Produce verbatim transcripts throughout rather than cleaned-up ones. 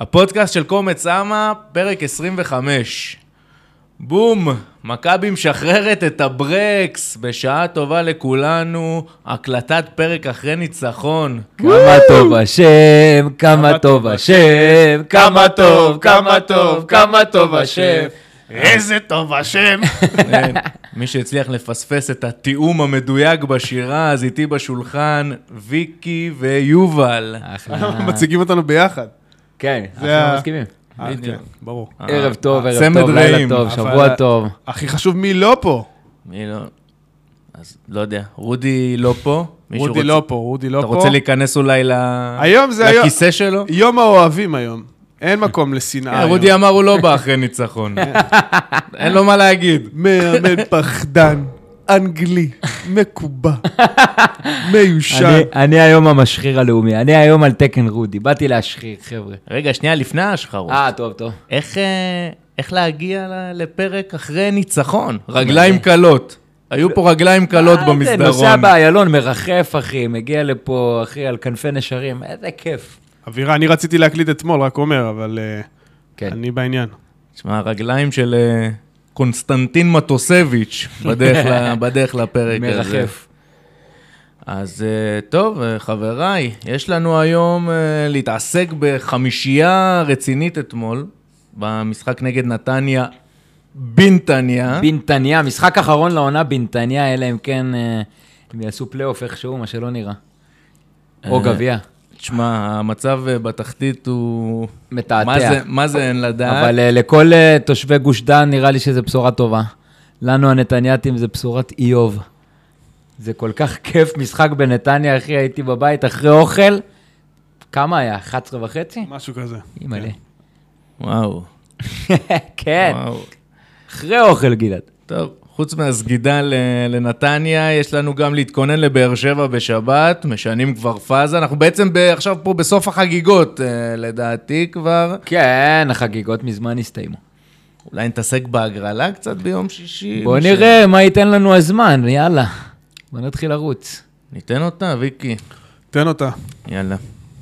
הפודקאסט של קומץ אמה, פרק עשרים וחמש. בום, מכבי משחררת את הברקס, בשעה טובה לכולנו, הקלטת פרק אחרי ניצחון. כמה טוב השם, כמה טוב השם, כמה טוב, כמה טוב, כמה טוב השם. איזה טוב השם. מי שהצליח לפספס את התיאום המדויק בשירה, אז איתי בשולחן, ויקי ויובל. מציגים אותנו ביחד. כן, אנחנו מסכימים. ברור. ערב טוב, ערב טוב, לילה טוב, שבוע טוב. הכי חשוב, מי לא פה? מי לא? אז לא יודע, רודי לא פה? רודי לא פה, רודי לא פה. אתה רוצה להיכנס אולי לכיסא שלו? יום האוהבים היום. אין מקום לשנאה היום. רודי אמר הוא לא בא אחרי ניצחון. אין לו מה להגיד. מאמן פחדן, אנגלי, מקובע, מיושן. אני היום המשחיר הלאומי, אני היום על תקן רודי, באתי להשחיר, חבר'ה. רגע, שנייה, לפני ההשחרות. אה, טוב, טוב. איך להגיע לפרק אחרי ניצחון? רגליים קלות. היו פה רגליים קלות במסדרון. נוסע באיילון, מרחף, אחי, מגיע לפה, אחי, על כנפי נשרים, איזה כיף. אווירה, אני רציתי להקליט אתמול, רק אומר, אבל אני בעניין. תשמע, הרגליים של קונסטנטין מטוסביץ' בדרך לפרק הזה. מרחף. אז טוב, חבריי, יש לנו היום להתעסק בחמישייה רצינית אתמול, במשחק נגד נתניה, בנתניה. בנתניה, משחק אחרון לעונה בנתניה, אלא אם כן הם יעשו פלייאוף איכשהו, מה שלא נראה. או גביע. תשמע, המצב בתחתית הוא... מתעתע. מה זה, מה זה אין לדעת? אבל לכל תושבי גוש דן נראה לי שזה בשורה טובה. לנו הנתניאתים זה בשורת איוב. זה כל כך כיף, משחק בנתניה, אחי, הייתי בבית אחרי אוכל. כמה היה? אחת עשרה וחצי? משהו כזה. אימא'לה. וואו. כן. וואו. אחרי אוכל, גלעד. טוב. חוץ מהסגידה לנתניה, יש לנו גם להתכונן לבאר שבע בשבת, משנים כבר פאזה, אנחנו בעצם עכשיו פה בסוף החגיגות, לדעתי כבר. כן, החגיגות מזמן הסתיימו. אולי נתעסק בהגרלה קצת ביום שישי. בוא נראה מה ייתן לנו הזמן, יאללה. בוא נתחיל לרוץ. ניתן אותה, ויקי. תן אותה. יאללה.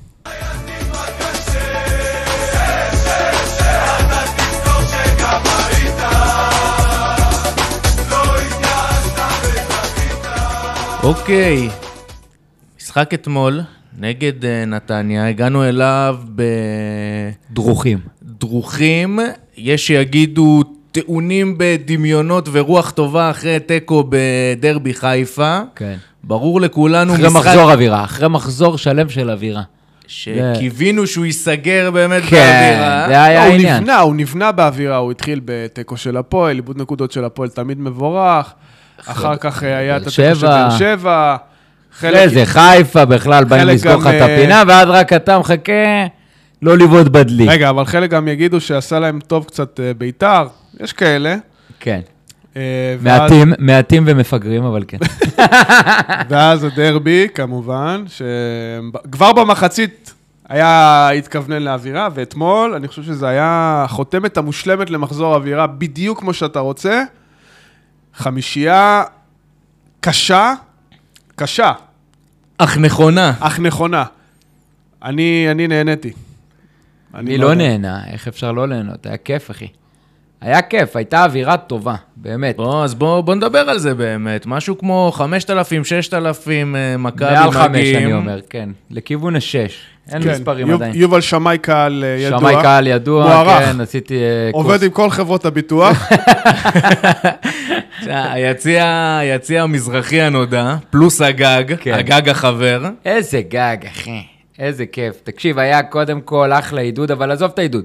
אוקיי, משחק אתמול נגד נתניה, הגענו אליו בדרוכים. דרוכים, יש שיגידו טעונים בדמיונות ורוח טובה אחרי טקו בדרבי חיפה. כן. ברור לכולנו אחרי משחק... מחזור אווירה, אחרי מחזור שלם של אווירה. שקיווינו שהוא ייסגר באמת כן, באווירה. זה היה הוא העניין. נבנה, הוא נבנה באווירה, הוא התחיל בטקו של הפועל, איבוד נקודות של הפועל תמיד מבורך. אחר כך היה את התקו של באר שבע. אחרי זה חיפה בכלל, באים לסגור לך את הפינה, ועד רק אתה מחכה לא לבעוט בדלי. רגע, אבל חלק גם יגידו שעשה להם טוב קצת ביתר, יש כאלה. כן. מעטים, מעטים ומפגרים, אבל כן. ואז הדרבי, כמובן, שכבר במחצית היה התכוונן לאווירה, ואתמול אני חושב שזה היה חותמת המושלמת למחזור אווירה, בדיוק כמו שאתה רוצה. חמישייה קשה, קשה. אך נכונה. אך נכונה. אני, אני נהניתי. אני לא נהנה, איך אפשר לא ליהנות? היה כיף, אחי. היה כיף, הייתה אווירה טובה, באמת. בוא, אז בוא, בוא נדבר על זה באמת. משהו כמו חמשת אלפים, ששת אלפים מכבי מגיעים. מעל חמש, אני אומר, כן. לכיוון השש. אין כן. מספרים יוב, עדיין. יובל שמאי קהל ידוע. שמאי קהל ידוע, מוערך. כן, עשיתי קורס. עובד עם כל חברות הביטוח. היציע, היציע המזרחי הנודע, פלוס הגג, כן. הגג החבר. איזה גג, אחי. איזה כיף. תקשיב, היה קודם כל אחלה עידוד, אבל עזוב את העידוד.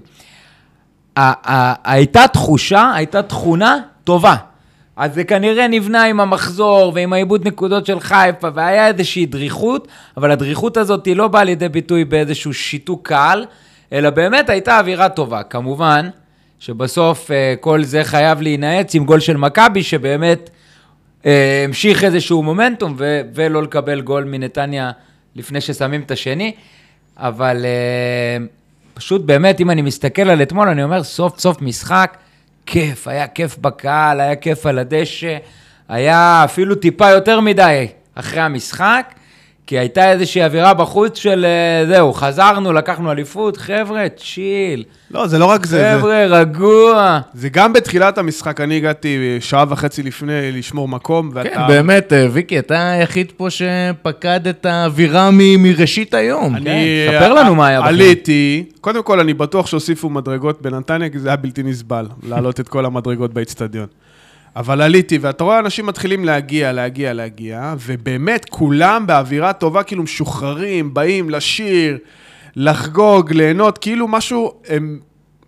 הייתה תחושה, הייתה תכונה טובה. אז זה כנראה נבנה עם המחזור ועם העיבוד נקודות של חיפה, והיה איזושהי דריכות, אבל הדריכות הזאת היא לא באה לידי ביטוי באיזשהו שיתוק קהל, אלא באמת הייתה אווירה טובה. כמובן שבסוף כל זה חייב להינעץ עם גול של מכבי, שבאמת המשיך איזשהו מומנטום, ולא לקבל גול מנתניה לפני ששמים את השני, אבל פשוט באמת, אם אני מסתכל על אתמול, אני אומר, סוף סוף משחק, כיף, היה כיף בקהל, היה כיף על הדשא, היה אפילו טיפה יותר מדי אחרי המשחק, כי הייתה איזושהי אווירה בחוץ של, זהו, חזרנו, לקחנו אליפות, חבר'ה, צ'יל. לא, זה לא רק זה. חבר'ה, רגוע. זה גם בתחילת המשחק, אני הגעתי שעה וחצי לפני לשמור מקום, ואתה... כן, באמת, ויקי, אתה היחיד פה שפקד את האווירה מראשית היום. אני... ספר לנו מה היה בכם. עליתי, קודם כל אני בטוח שהוסיפו מדרגות בנתניה, כי זה היה בלתי נסבל, לעלות את כל המדרגות באצטדיון. אבל עליתי, ואתה רואה אנשים מתחילים להגיע, להגיע, להגיע, ובאמת כולם באווירה טובה, כאילו משוחררים, באים לשיר, לחגוג, ליהנות, כאילו משהו, הם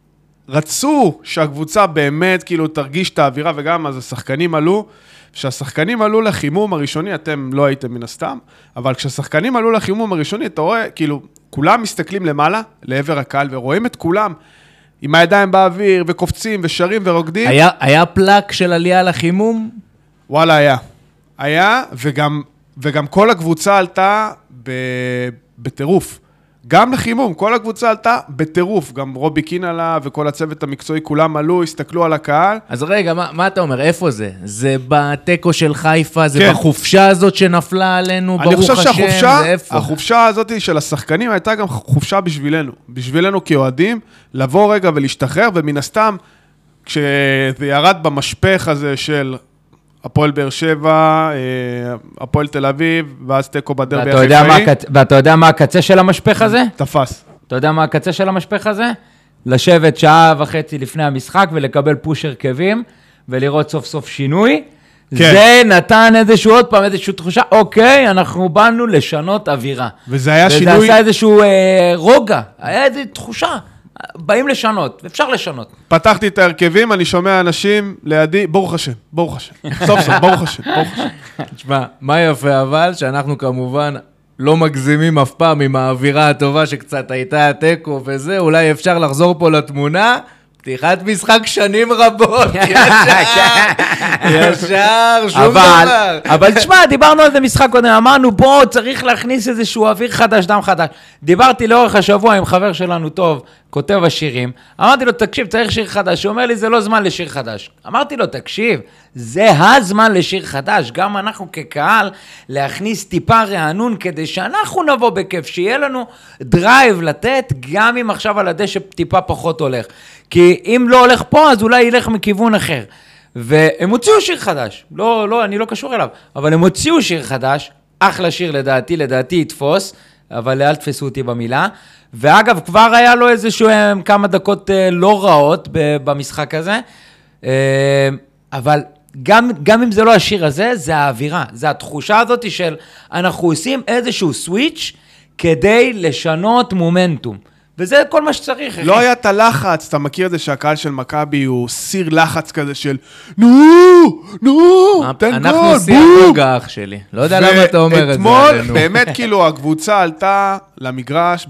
רצו שהקבוצה באמת כאילו תרגיש את האווירה, וגם אז השחקנים עלו, כשהשחקנים עלו לחימום הראשוני, אתם לא הייתם מן הסתם, אבל כשהשחקנים עלו לחימום הראשוני, אתה רואה, כאילו, כולם מסתכלים למעלה, לעבר הקהל, ורואים את כולם, עם הידיים באוויר, וקופצים, ושרים, ורוקדים. היה, היה פלק של עלייה לחימום? וואלה, היה. היה, וגם, וגם כל הקבוצה עלתה ב, בטירוף. גם לחימום, כל הקבוצה עלתה בטירוף. גם רובי קין עלה, וכל הצוות המקצועי, כולם עלו, הסתכלו על הקהל. אז רגע, מה, מה אתה אומר? איפה זה? זה בטקו של חיפה? זה כן. בחופשה הזאת שנפלה עלינו? ברוך השם? אני חושב שהחופשה, זה איפה? החופשה הזאת של השחקנים הייתה גם חופשה בשבילנו. בשבילנו כאוהדים, לבוא רגע ולהשתחרר, ומן הסתם, כשזה ירד במשפך הזה של הפועל באר שבע, הפועל תל אביב, ואז תיקו בדרבי החיפאי. ואתה יודע מה הקצה של המשפך הזה? תפס. אתה יודע מה הקצה של המשפך הזה? לשבת שעה וחצי לפני המשחק ולקבל פוש הרכבים, ולראות סוף סוף שינוי. כן. זה נתן איזשהו עוד פעם, איזושהי תחושה, אוקיי, אנחנו באנו לשנות אווירה. וזה היה וזה שינוי... וזה עשה איזשהו אה, רוגע, היה איזו תחושה. באים לשנות, אפשר לשנות. פתחתי את ההרכבים, אני שומע אנשים לידי, ברוך השם, ברוך השם. סוף סוף, ברוך השם, ברוך השם. תשמע, מה יפה אבל, שאנחנו כמובן לא מגזימים אף פעם עם האווירה הטובה שקצת הייתה הטקו וזה, אולי אפשר לחזור פה לתמונה, פתיחת משחק שנים רבות, ישר, ישר, שום דבר. אבל תשמע, דיברנו על זה משחק קודם, אמרנו בוא, צריך להכניס איזשהו אוויר חדש, דם חדש. דיברתי לאורך השבוע עם חבר שלנו טוב, כותב השירים, אמרתי לו, תקשיב, צריך שיר חדש. הוא אומר לי, זה לא זמן לשיר חדש. אמרתי לו, תקשיב, זה הזמן לשיר חדש. גם אנחנו כקהל, להכניס טיפה רענון, כדי שאנחנו נבוא בכיף, שיהיה לנו דרייב לתת, גם אם עכשיו על הדשא טיפה פחות הולך. כי אם לא הולך פה, אז אולי ילך מכיוון אחר. והם הוציאו שיר חדש. לא, לא, אני לא קשור אליו, אבל הם הוציאו שיר חדש, אחלה שיר לדעתי, לדעתי יתפוס, אבל אל תפסו אותי במילה. ואגב, כבר היה לו איזשהו כמה דקות לא רעות במשחק הזה, אבל גם, גם אם זה לא השיר הזה, זה האווירה, זה התחושה הזאת של אנחנו עושים איזשהו סוויץ' כדי לשנות מומנטום. וזה כל מה שצריך. לא היה את הלחץ, אתה מכיר את זה שהקהל של מכבי הוא סיר לחץ כזה של נו, נו, תן גול, אנחנו סיר נוגע אח שלי. לא יודע למה אתה אומר את זה. ואתמול, באמת כאילו הקבוצה עלתה למגרש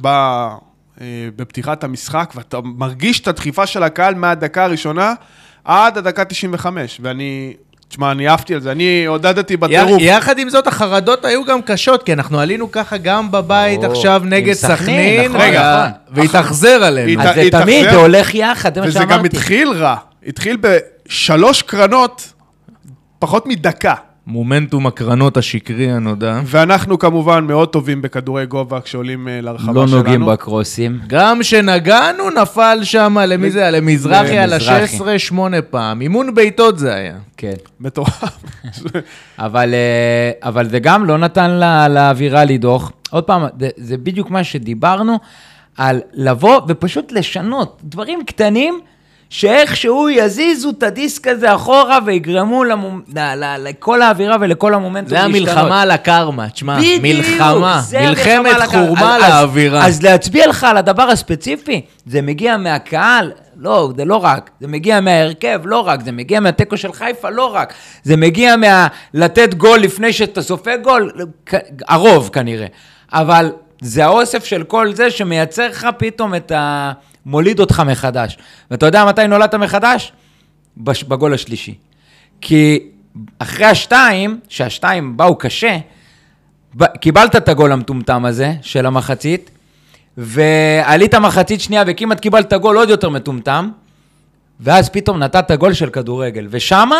בפתיחת המשחק, ואתה מרגיש את הדחיפה של הקהל מהדקה הראשונה עד הדקה תשעים וחמש, ואני... תשמע, אני אהבתי על זה, אני עודדתי בטירוף. יחד עם זאת, החרדות היו גם קשות, כי אנחנו עלינו ככה גם בבית עכשיו נגד סכנין, והתאכזר עלינו. אז זה תמיד, זה הולך יחד, זה מה שאמרתי. וזה גם התחיל רע, התחיל בשלוש קרנות, פחות מדקה. מומנטום הקרנות השקרי הנודע. ואנחנו כמובן מאוד טובים בכדורי גובה כשעולים לרחבה לא שלנו. לא נוגעים בקרוסים. גם שנגענו נפל שם, למי זה? למזרחי על ה-שש עשרה שמונה פעם. אימון ביתות זה היה. כן. מטורף. אבל, אבל זה גם לא נתן לה, לאווירה לדוח. עוד פעם, זה, זה בדיוק מה שדיברנו, על לבוא ופשוט לשנות דברים קטנים, שאיכשהו יזיזו את הדיסק הזה אחורה ויגרמו למומ... ל... ל... לכל האווירה ולכל המומנטום להשתנות. זה המלחמה על הקרמה, תשמע, מלחמה, מלחמת חורמה לאווירה. אז, אז להצביע לך על הדבר הספציפי, זה מגיע מהקהל, לא, זה לא רק, זה מגיע מההרכב, לא רק, זה מגיע מהטקו של חיפה, לא רק, זה מגיע מה... לתת גול לפני שאתה סופג גול, הרוב כנראה, אבל זה האוסף של כל זה שמייצר לך פתאום את ה... מוליד אותך מחדש. ואתה יודע מתי נולדת מחדש? בגול השלישי. כי אחרי השתיים, שהשתיים באו קשה, קיבלת את הגול המטומטם הזה של המחצית, ועלית מחצית שנייה וכמעט קיבלת גול עוד יותר מטומטם, ואז פתאום נתת גול של כדורגל. ושמה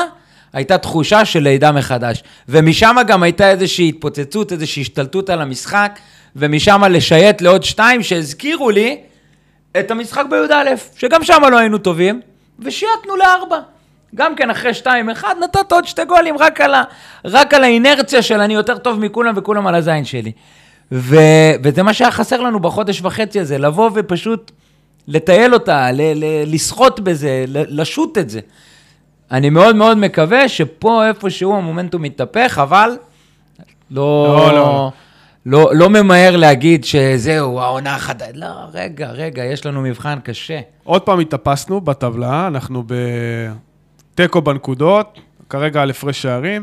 הייתה תחושה של לידה מחדש. ומשם גם הייתה איזושהי התפוצצות, איזושהי השתלטות על המשחק, ומשם לשייט לעוד שתיים שהזכירו לי את המשחק בי"א, שגם שם לא היינו טובים, ושייטנו לארבע. גם כן אחרי שתיים אחד נתת עוד שתי גולים רק על, ה, רק על האינרציה של אני יותר טוב מכולם וכולם על הזין שלי. ו, וזה מה שהיה חסר לנו בחודש וחצי הזה, לבוא ופשוט לטייל אותה, ל, ל, לשחות בזה, ל, לשוט את זה. אני מאוד מאוד מקווה שפה איפשהו המומנטום מתהפך, אבל לא, לא, לא. לא, לא ממהר להגיד שזהו, העונה החדה. לא, רגע, רגע, יש לנו מבחן קשה. עוד פעם התאפסנו בטבלה, אנחנו בטקו בנקודות, כרגע על הפרש שערים.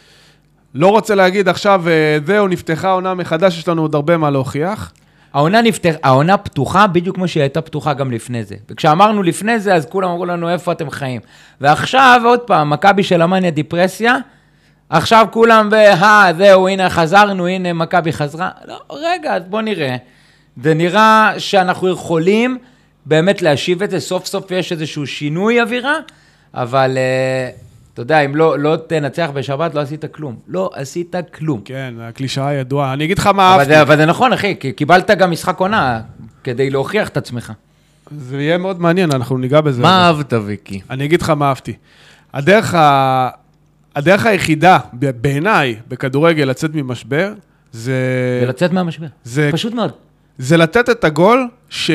לא רוצה להגיד עכשיו, זהו, נפתחה העונה מחדש, יש לנו עוד הרבה מה להוכיח. העונה נפתח, העונה פתוחה בדיוק כמו שהיא הייתה פתוחה גם לפני זה. וכשאמרנו לפני זה, אז כולם אמרו לנו איפה אתם חיים. ועכשיו, עוד פעם, מכבי של המניה דיפרסיה, עכשיו כולם, והה, זהו, הנה חזרנו, הנה מכבי חזרה. לא, רגע, אז בוא נראה. זה נראה שאנחנו יכולים באמת להשיב את זה, סוף סוף יש איזשהו שינוי אווירה, אבל אתה יודע, אם לא, לא תנצח בשבת, לא עשית כלום. לא עשית כלום. כן, הקלישאה הידועה. אני אגיד לך מה אהבתי. אבל זה, אבל זה נכון, אחי, כי קיבלת גם משחק עונה כדי להוכיח את עצמך. זה יהיה מאוד מעניין, אנחנו ניגע בזה. מה אהבת, ויקי? אני אגיד לך מה אהבתי. הדרך, ה... הדרך היחידה, בעיניי, בכדורגל לצאת ממשבר, זה... ולצאת מהמשבר. זה... פשוט מאוד. זה לתת את הגול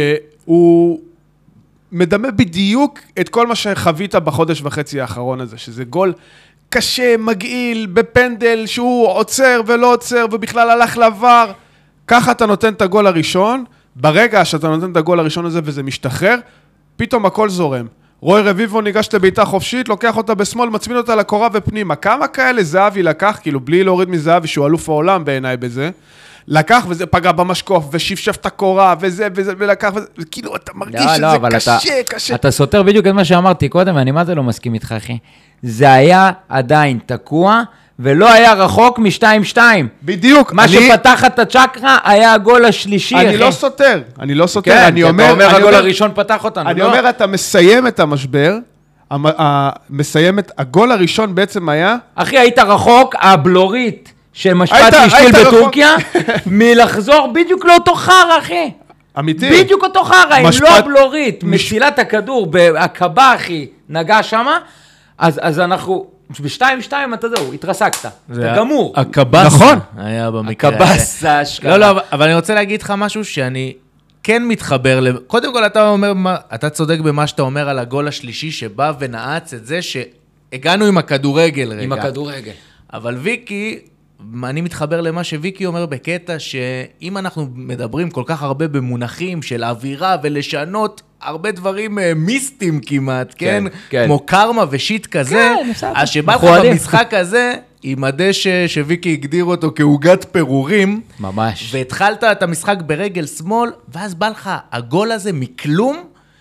שהוא מדמה בדיוק את כל מה שחווית בחודש וחצי האחרון הזה, שזה גול קשה, מגעיל, בפנדל, שהוא עוצר ולא עוצר, ובכלל הלך לעבר. ככה אתה נותן את הגול הראשון, ברגע שאתה נותן את הגול הראשון הזה וזה משתחרר, פתאום הכל זורם. רוי רביבו ניגש לביתה חופשית, לוקח אותה בשמאל, מצמין אותה לקורה ופנימה. כמה כאלה זהבי לקח, כאילו בלי להוריד מזהבי שהוא אלוף העולם בעיניי בזה, לקח וזה פגע במשקוף ושפשף את הקורה וזה וזה ולקח וזה, וכאילו אתה מרגיש לא, שזה לא, קשה, אתה, קשה. אתה סותר בדיוק את מה שאמרתי קודם, ואני מה זה לא מסכים איתך, אחי. זה היה עדיין תקוע, ולא היה רחוק מ-שתיים שתיים. בדיוק. מה אני... שפתח את הצ'קרה היה הגול השלישי, אני אחי. לא סותר, אני לא סותר, כן, אני אומר... אתה אומר אני הגול אומר, הראשון פתח אותנו, אני לא? אומר, אתה מסיים את המשבר, המ, ה, מסיים את... הגול הראשון בעצם היה... אחי, היית רחוק, הבלורית של משפט היית, משתיל היית בטורקיה, מלחזור בדיוק לאותו חר, אחי. אמיתי. בדיוק אותו חר, אם משפט... לא הבלורית, מש... מסילת הכדור, בהקבה, אחי, נגע שמה, אז, אז אנחנו... ב-שתיים שתיים אתה זהו, התרסקת, אתה גמור. הקבסה נכון. היה במקרה. הקבסה, אשכרה. לא, לא, אבל אני רוצה להגיד לך משהו שאני כן מתחבר, קודם כל אתה אומר, אתה צודק במה שאתה אומר על הגול השלישי שבא ונעץ את זה שהגענו עם הכדורגל רגע. עם הכדורגל. אבל ויקי, אני מתחבר למה שוויקי אומר בקטע שאם אנחנו מדברים כל כך הרבה במונחים של אווירה ולשנות הרבה דברים מיסטיים כמעט, כן? כן. כמו קרמה ושיט כזה, כן, בסדר. אז שבא לך במשחק הזה, עם הדשא שוויקי הגדיר אותו כעוגת פירורים, ממש. והתחלת את המשחק ברגל שמאל, ואז בא לך הגול הזה מכלום,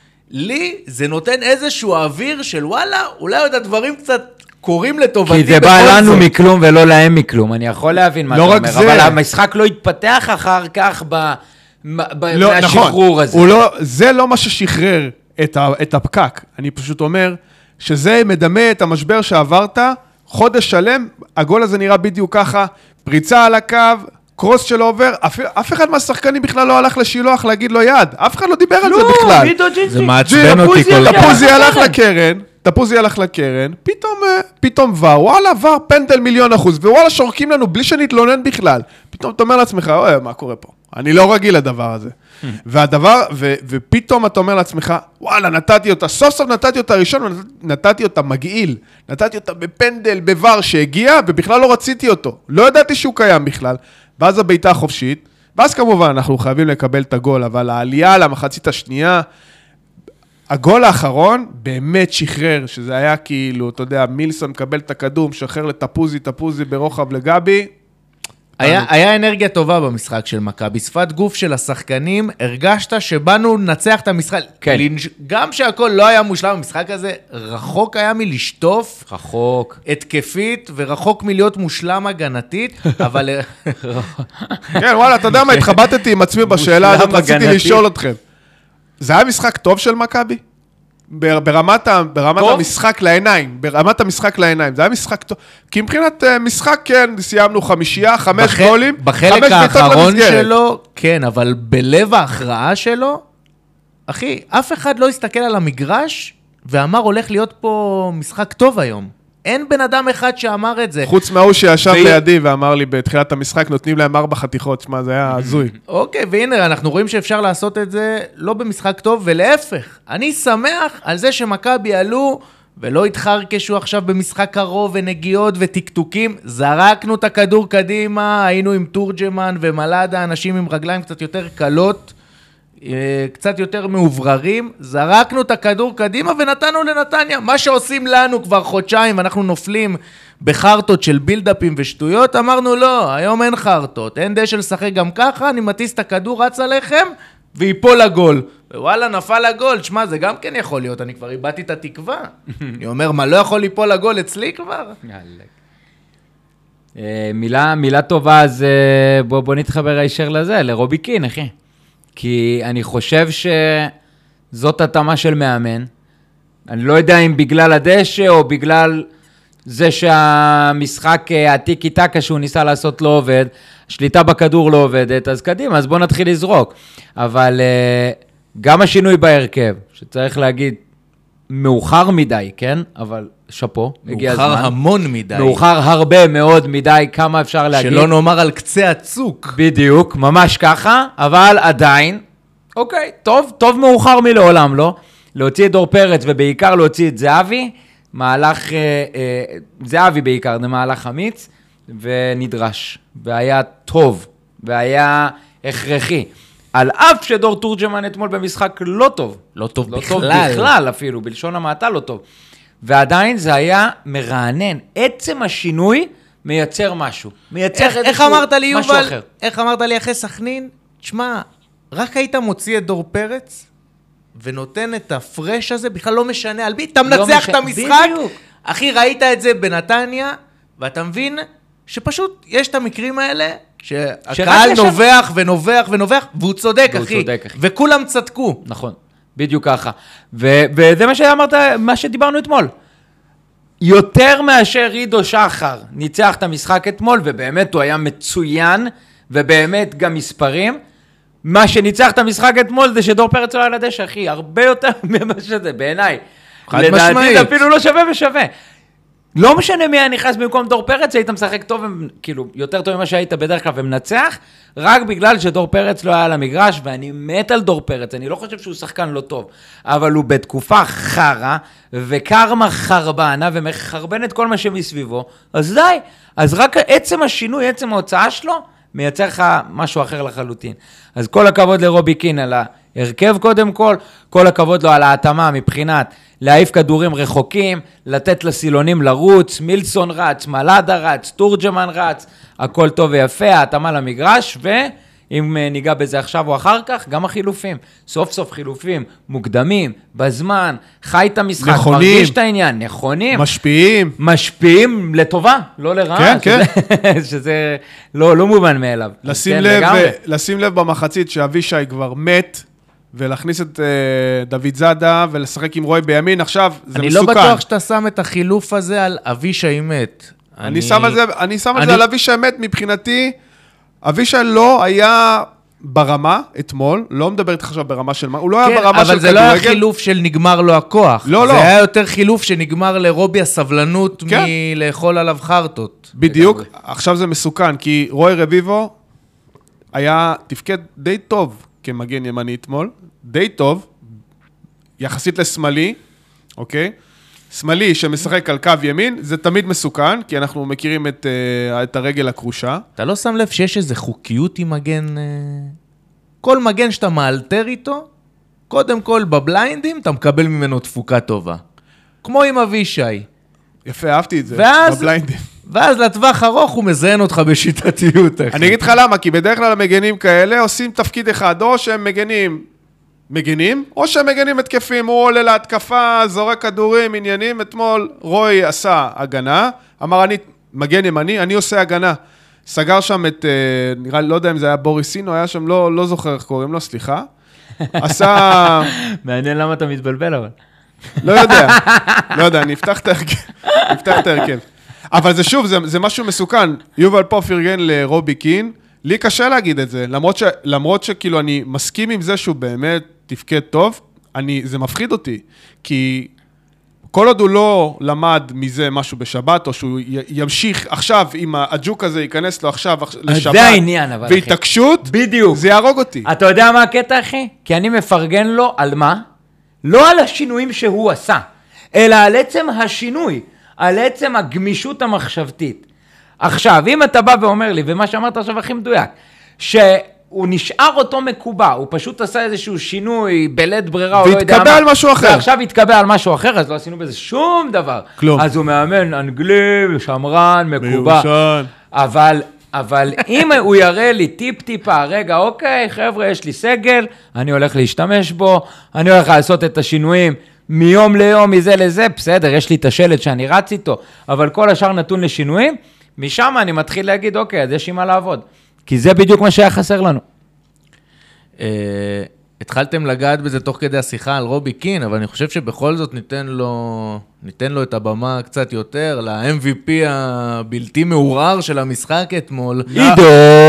לי זה נותן איזשהו אוויר של וואלה, אולי עוד הדברים קצת קוראים לטובתי. כי זה בא לנו מכלום ולא להם מכלום, אני יכול להבין מה אתה אומר, אבל המשחק לא התפתח אחר כך ב... מהשחרור הזה. זה לא מה ששחרר את הפקק, אני פשוט אומר שזה מדמה את המשבר שעברת, חודש שלם, הגול הזה נראה בדיוק ככה, פריצה על הקו, קרוס שלא עובר, אף אחד מהשחקנים בכלל לא הלך לשילוח להגיד לו יד, אף אחד לא דיבר על זה בכלל. זה מעצבן אותי כל כך. תפוזי הלך לקרן, תפוזי הלך לקרן, פתאום, פתאום ור, וואלה, ור פנדל מיליון אחוז, ווואלה שורקים לנו בלי שנתלונן בכלל. פתאום אתה אומר לעצמך, אוי, מה קורה פה? אני לא רגיל לדבר הזה. והדבר, ו, ופתאום אתה אומר לעצמך, וואלה, נתתי אותה, סוף סוף נתתי אותה ראשון, נתתי אותה מגעיל, נתתי אותה בפנדל, בבר שהגיע, ובכלל לא רציתי אותו. לא ידעתי שהוא קיים בכלל. ואז הביתה חופשית, ואז כמובן אנחנו חייבים לקבל את הגול, אבל העלייה למחצית השנייה, הגול האחרון באמת שחרר, שזה היה כאילו, אתה יודע, מילסון מקבל את הכדור, משחרר לתפוזי, תפוזי ברוחב לגבי. היה, היה אנרגיה טובה במשחק של מכבי, בשפת גוף של השחקנים, הרגשת שבאנו לנצח את המשחק, כן. גם שהכל לא היה מושלם במשחק הזה, רחוק היה מלשטוף, רחוק, התקפית, ורחוק מלהיות מושלם הגנתית, אבל... כן, וואלה, אתה יודע מה, התחבטתי עם עצמי בשאלה הזאת, רציתי לשאול אתכם. זה היה משחק טוב של מכבי? ברמת, ברמת המשחק לעיניים, ברמת המשחק לעיניים, זה היה משחק טוב, כי מבחינת משחק, כן, סיימנו חמישייה, חמש בח... גולים, בחלק חמש האחרון שלו, כן, אבל בלב ההכרעה שלו, אחי, אף אחד לא הסתכל על המגרש, ואמר, הולך להיות פה משחק טוב היום. אין בן אדם אחד שאמר את זה. חוץ מהוא שישב לידי ואמר לי, בתחילת המשחק נותנים להם ארבע חתיכות, שמה, זה היה הזוי. אוקיי, והנה, אנחנו רואים שאפשר לעשות את זה לא במשחק טוב, ולהפך. אני שמח על זה שמכבי עלו, ולא התחרקשו עכשיו במשחק קרוב ונגיעות וטקטוקים. זרקנו את הכדור קדימה, היינו עם תורג'מן ומלאדה, אנשים עם רגליים קצת יותר קלות, קצת יותר מעובררים, זרקנו את הכדור קדימה ונתנו לנתניה, מה שעושים לנו כבר חודשיים, ואנחנו נופלים בחרטות של בילדאפים ושטויות, אמרנו לא, היום אין חרטות, אין דשא לשחק גם ככה, אני מטיס את הכדור, רץ עליכם, ויפול לגול. ווואלה, נפל לגול, שמה, זה גם כן יכול להיות, אני כבר איבדתי את התקווה. אני אומר, מה, לא יכול ליפול לגול אצלי כבר? מילה, מילה טובה, אז בוא, בוא נתחבר הישר לזה, לרובי קין, אחי. כי אני חושב שזאת התאמה של מאמן. אני לא יודע אם בגלל הדשא או בגלל זה שהמשחק הטיקי טקה שהוא ניסה לעשות לא עובד, השליטה בכדור לא עובדת, אז קדימה, אז בוא נתחיל לזרוק. אבל גם השינוי בהרכב, שצריך להגיד מאוחר מדי, כן? אבל שפו, הגיע הזמן. מאוחר המון מדי. מאוחר הרבה מאוד מדי, כמה אפשר להגיד. שלא נאמר על קצה הצוק. בדיוק, ממש ככה, אבל עדיין, אוקיי, טוב, טוב מאוחר מלעולם, לא? להוציא את דור פרץ ובעיקר להוציא את זהבי, מהלך, אה, אה, זהבי בעיקר, זה מהלך אמיץ, ונדרש, והיה טוב, והיה הכרחי. על אף שדור תורג'מן אתמול במשחק לא טוב. לא טוב לא בכלל. טוב בכלל אפילו, בלשון המעטה לא טוב. ועדיין זה היה מרענן. עצם השינוי מייצר משהו. מייצר איך, איזשהו איך אמרת לי, משהו יובל, אחר. איך אמרת לי אחרי סכנין? תשמע, רק היית מוציא את דור פרץ, ונותן את הפרש הזה, בכלל לא משנה על בי, אתה מנצח לא מש... את המשחק. בדיוק. אחי, ראית את זה בנתניה, ואתה מבין שפשוט יש את המקרים האלה, שהקהל נובח שם... ונובח ונובח, והוא צודק, והוא אחי. צודק, אחי. וכולם צדקו. נכון, בדיוק ככה. ו- וזה מה שאמרת, מה שדיברנו אתמול. יותר מאשר עידו שחר ניצח את המשחק אתמול, ובאמת הוא היה מצוין, ובאמת גם מספרים. מה שניצח את המשחק אתמול זה שדור פרץ לא על הדשא, אחי, הרבה יותר ממה שזה, בעיניי. חד משמעית. לדעתי זה אפילו לא שווה ושווה. לא משנה מי היה נכנס במקום דור פרץ, היית משחק טוב, כאילו, יותר טוב ממה שהיית בדרך כלל ומנצח, רק בגלל שדור פרץ לא היה על המגרש, ואני מת על דור פרץ, אני לא חושב שהוא שחקן לא טוב, אבל הוא בתקופה חרה, וקרמה חרבנה, ומחרבן את כל מה שמסביבו, אז די, אז רק עצם השינוי, עצם ההוצאה שלו, מייצר לך משהו אחר לחלוטין. אז כל הכבוד לרובי קין על ההרכב קודם כל, כל הכבוד לו על ההתאמה מבחינת להעיף כדורים רחוקים, לתת לסילונים לרוץ, מילסון רץ, מלאדה רץ, תורג'מן רץ, הכל טוב ויפה, ההתאמה למגרש, ואם ניגע בזה עכשיו או אחר כך, גם החילופים. סוף סוף חילופים מוקדמים, בזמן, חי את המשחק, נכונים, מרגיש את העניין, נכונים. משפיעים. משפיעים לטובה, לא לרעה. כן, שזה, כן. שזה לא, לא מובן מאליו. לשים, כן, לב, לשים לב במחצית שאבישי כבר מת, ולהכניס את uh, דוד זאדה ולשחק עם רוי בימין, עכשיו זה אני מסוכן. אני לא בטוח שאתה שם את החילוף הזה על אבישי מת. אני, אני שם את זה, אני שם אני... את זה על אבישי מת מבחינתי, אבישי לא היה ברמה אתמול, לא מדבר איתך עכשיו ברמה של מה, הוא לא כן, היה ברמה של כדורגל. אבל זה לא היה חילוף של נגמר לו הכוח. לא, זה לא. היה יותר חילוף שנגמר לרובי הסבלנות כן. מלאכול עליו חרטות. בדיוק, לגמרי. עכשיו זה מסוכן, כי רוי רביבו היה תפקד די טוב כמגן ימני אתמול, די טוב, יחסית לשמאלי, אוקיי? שמאלי שמשחק על קו ימין, זה תמיד מסוכן, כי אנחנו מכירים את, uh, את הרגל הקרושה. אתה לא שם לב שיש איזו חוקיות עם מגן... Uh... כל מגן שאתה מאלתר איתו, קודם כל בבליינדים, אתה מקבל ממנו תפוקה טובה. כמו עם אבישי. יפה, אהבתי את זה, ואז, בבליינדים. ואז לטווח ארוך הוא מזיין אותך בשיטתיות. אני אגיד לך למה, כי בדרך כלל המגנים כאלה עושים תפקיד אחד, או שהם מגנים... מגנים, או שהם מגנים התקפים, הוא עולה להתקפה, זורק כדורים, עניינים. אתמול רוי עשה הגנה, אמר אני מגן ימני, אני עושה הגנה. סגר שם את, נראה, לא יודע אם זה היה בוריסינו, היה שם, לא, לא זוכר איך קוראים לו, סליחה. עשה... מעניין למה אתה מתבלבל אבל. לא יודע, לא יודע, אני אפתח את ההרכב. אפתח את ההרכב. אבל זה שוב, זה, זה משהו מסוכן. יובל פה פרגן לרובי קין, לי קשה להגיד את זה, למרות, ש, למרות שכאילו אני מסכים עם זה שהוא באמת תפקד טוב, אני, זה מפחיד אותי, כי כל עוד הוא לא למד מזה משהו בשבת, או שהוא ימשיך עכשיו, אם הג'וק הזה ייכנס לו עכשיו לשבת, זה העניין, אבל והתעקשות, בדיוק. זה יהרוג אותי. אתה יודע מה הקטע, אחי? כי אני מפרגן לו על מה? לא על השינויים שהוא עשה, אלא על עצם השינוי, על עצם הגמישות המחשבתית. עכשיו, אם אתה בא ואומר לי, ומה שאמרת עכשיו הכי מדויק, שהוא נשאר אותו מקובע, הוא פשוט עשה איזשהו שינוי בלית ברירה, או לא יודע מה. והתקבע על משהו אחר. ועכשיו התקבע על משהו אחר, אז לא עשינו בזה שום דבר. כלום. אז הוא מאמן אנגלי, שמרן, מקובע. מיושן. אבל, אבל אם הוא יראה לי טיפ-טיפה, רגע, אוקיי, חבר'ה, יש לי סגל, אני הולך להשתמש בו, אני הולך לעשות את השינויים מיום ליום, מזה לזה, בסדר, יש לי את השלט שאני רץ איתו, אבל כל השאר נתון לשינויים, משם אני מתחיל להגיד, אוקיי, אז יש עם מה לעבוד. כי זה בדיוק מה שהיה חסר לנו. התחלתם לגעת בזה תוך כדי השיחה על רובי קין, אבל אני חושב שבכל זאת ניתן לו, ניתן לו את הבמה קצת יותר, ל-אם וי פי הבלתי מעורער של המשחק אתמול. עידו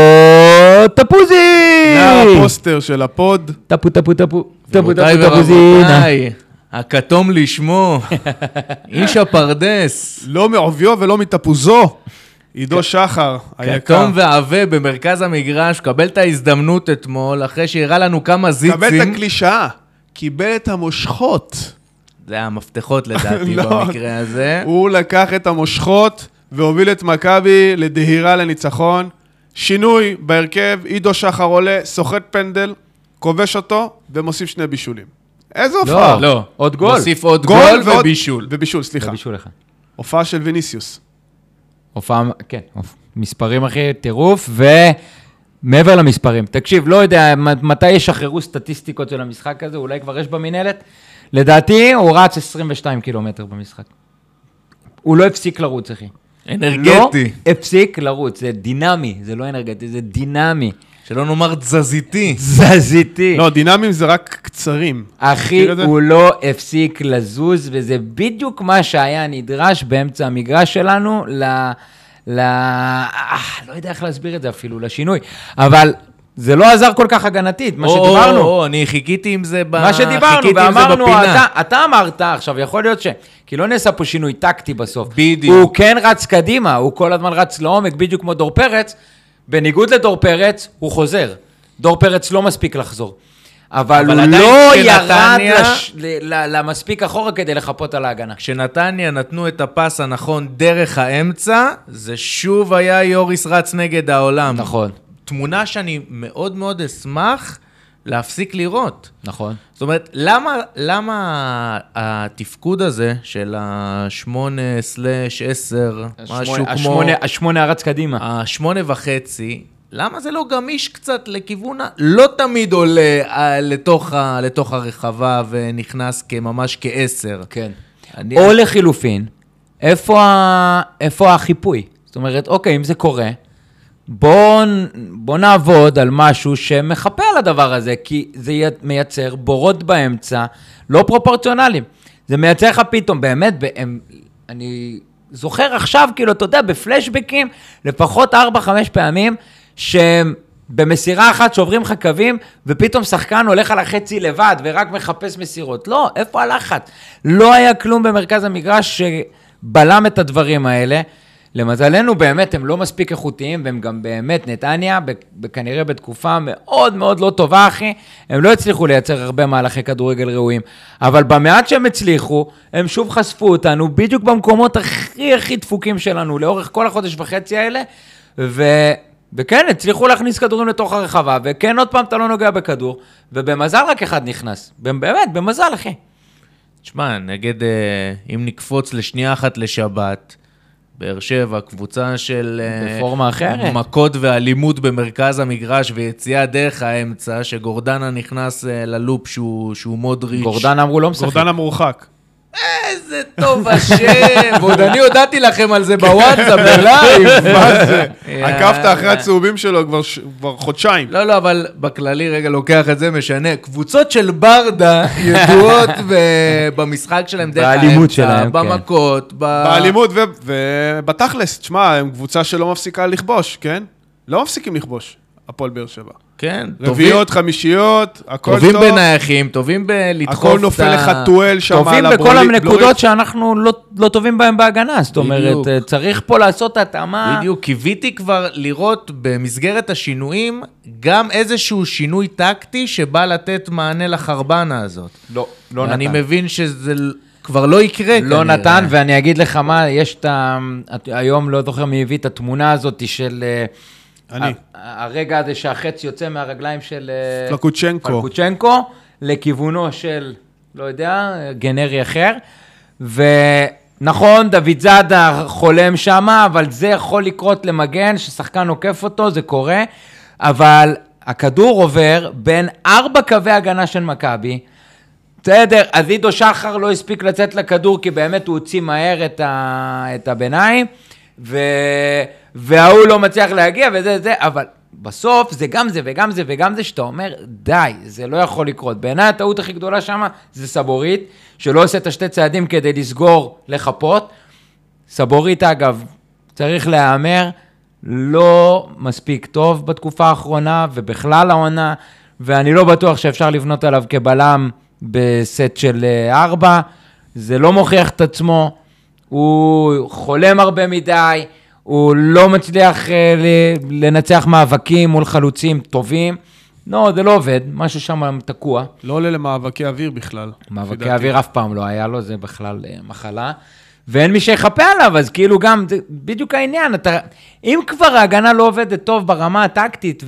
תפוזי! הפוסטר של הפוד. טפו, טפו, טפו. רבותיי ורבותיי, הכתום לשמו, איש הפרדס. לא מעוביו ולא מתפוזו. עידו שחר, היקר. כתום ועווה במרכז המגרש, קבל את ההזדמנות אתמול, אחרי שיראה לנו כמה זיצים. קבל את הקלישאה, קיבל את המושכות. זה המפתחות לדעתי במקרה הזה. הוא לקח את המושכות והוביל את מכבי לדהירה לניצחון. שינוי בהרכב, עידו שחר עולה, סוחט פנדל, כובש אותו ומוסיף שני בישולים. איזה הופעה? לא, לא. עוד גול. מוסיף עוד גול ובישול. ובישול, סליחה. ובישול אחד. הופעה של ויניסיוס. הופעה, כן, מספרים אחי, טירוף, ומעבר למספרים. תקשיב, לא יודע מתי ישחררו סטטיסטיקות של המשחק הזה, אולי כבר יש במנהלת. לדעתי, הוא רץ עשרים ושתיים קילומטר במשחק. הוא לא הפסיק לרוץ, אחי. אנרגטי. לא הפסיק לרוץ, זה דינמי, זה לא אנרגטי, זה דינמי. שלא נאמר תזזיתי. תזזיתי. לא, דינמיים זה רק קצרים. אחי, הוא לא הפסיק לזוז, וזה בדיוק מה שהיה נדרש באמצע המגרש שלנו, ל... ל... אה, לא יודע איך להסביר את זה אפילו, לשינוי. אבל זה לא עזר כל כך הגנתית, מה שדיברנו. או, או, אני חיכיתי עם זה בפינה. מה שדיברנו, ואמרנו, אתה, אתה אמרת, עכשיו יכול להיות ש... כי לא נעשה פה שינוי טקטי בסוף. בדיוק. הוא כן רץ קדימה, הוא כל הזמן רץ לעומק, בדיוק כמו דור פרץ, בניגוד לדור פרץ, הוא חוזר. דור פרץ לא מספיק לחזור. אבל, אבל הוא לא ירד לש... למספיק אחורה כדי לחפות על ההגנה. כשנתניה נתנו את הפס הנכון דרך האמצע, זה שוב היה יוריס רץ נגד העולם. נכון. תמונה שאני מאוד מאוד אשמח להפסיק לראות. נכון. זאת אומרת, למה, למה התפקוד הזה של השמונה סלש עשר, משהו כמו... השמונה, השמונה הרץ קדימה. השמונה וחצי, למה זה לא גמיש קצת לכיוון, לא תמיד עולה לתוך, לתוך הרחבה ונכנס כממש כעשר. כן. אני... או לחילופין, איפה, ה... איפה החיפוי? זאת אומרת, אוקיי, אם זה קורה, בוא, בוא נעבוד על משהו שמחפה על הדבר הזה, כי זה מייצר בורות באמצע, לא פרופורציונליים. זה מייצר לך פתאום, באמת, בהם, אני זוכר עכשיו, כאילו, אתה יודע, בפלשבקים, לפחות ארבע, חמש פעמים, שבמסירה אחת שוברים לך קווים, ופתאום שחקן הולך על החצי לבד, ורק מחפש מסירות. לא, איפה הלחץ? לא היה כלום במרכז המגרש שבלם את הדברים האלה. למזלנו באמת הם לא מספיק איכותיים, והם גם באמת נתניה, כנראה בתקופה מאוד מאוד לא טובה, אחי, הם לא הצליחו לייצר הרבה מהלכי כדורגל ראויים, אבל במעט שהם הצליחו, הם שוב חשפו אותנו, בדיוק במקומות הכי הכי דפוקים שלנו, לאורך כל החודש וחצי האלה, ו... וכן, הצליחו להכניס כדורים לתוך הרחבה, וכן עוד פעם אתה לא נוגע בכדור, ובמזל רק אחד נכנס, באמת, במזל, אחי. תשמע, נגד, אם נקפוץ לשנייה אחת לשבת, באר שבע, קבוצה של בפורמה אחרת. מכות ואלימות במרכז המגרש ויציאה דרך האמצע, שגורדנה נכנס ללופ שהוא, שהוא מודריץ'. גורדנה אמרו לא משחק. גורדנה מורחק. איזה טוב השם. ועוד אני הודעתי לכם על זה בוואטסאפ, בלייב. מה זה? עקבת אחרי הצהובים שלו כבר חודשיים. לא, לא, אבל בכללי, רגע, לוקח את זה, משנה. קבוצות של ברדה ידועות במשחק שלהם, באלימות שלהם, במכות. באלימות ובתכלס. תשמע, הם קבוצה שלא מפסיקה לכבוש, כן? לא מפסיקים לכבוש, הפועל באר שבע. כן, רביעיות, חמישיות, הכל טוב. טובים בנייחים, טובים בלדחוף את ה... הכל נופל לך טואל שם על טובים בכל הנקודות שאנחנו לא טובים בהם בהגנה, זאת אומרת, צריך פה לעשות התאמה. בדיוק, קיוויתי כבר לראות במסגרת השינויים, גם איזשהו שינוי טקטי שבא לתת מענה לחרבנה הזאת. לא, לא נתן. אני מבין שזה כבר לא יקרה. לא נתן, ואני אגיד לך מה, יש את ה... היום לא זוכר מי הביא את התמונה הזאת של... אני. הרגע הזה שהחץ יוצא מהרגליים של פלקוצ'נקו. פלקוצ'נקו, לכיוונו של, לא יודע, גנרי אחר. ונכון, דוד זאדה חולם שם, אבל זה יכול לקרות למגן, ששחקן עוקף אותו, זה קורה. אבל הכדור עובר בין ארבע קווי הגנה של מכבי. בסדר, אז עידו שחר לא הספיק לצאת לכדור, כי באמת הוא הוציא מהר את, ה... את הביניים. ו... והוא לא מצליח להגיע וזה זה, אבל בסוף זה גם זה וגם זה וגם זה שאתה אומר, די, זה לא יכול לקרות. בעיניי הטעות הכי גדולה שם זה סבורית, שלא עושה את השתי צעדים כדי לסגור, לחפות. סבורית אגב, צריך להיאמר, לא מספיק טוב בתקופה האחרונה ובכלל העונה, ואני לא בטוח שאפשר לבנות עליו כבלם בסט של ארבע, זה לא מוכיח את עצמו, הוא חולם הרבה מדי, הוא לא מצליח לנצח מאבקים מול חלוצים טובים. לא, זה לא עובד, משהו שם תקוע. לא עולה למאבקי אוויר בכלל. מאבקי אוויר אף פעם לא היה לו, זה בכלל מחלה. ואין מי שיחפה עליו, אז כאילו גם, זה בדיוק העניין. אתה, אם כבר ההגנה לא עובדת טוב ברמה הטקטית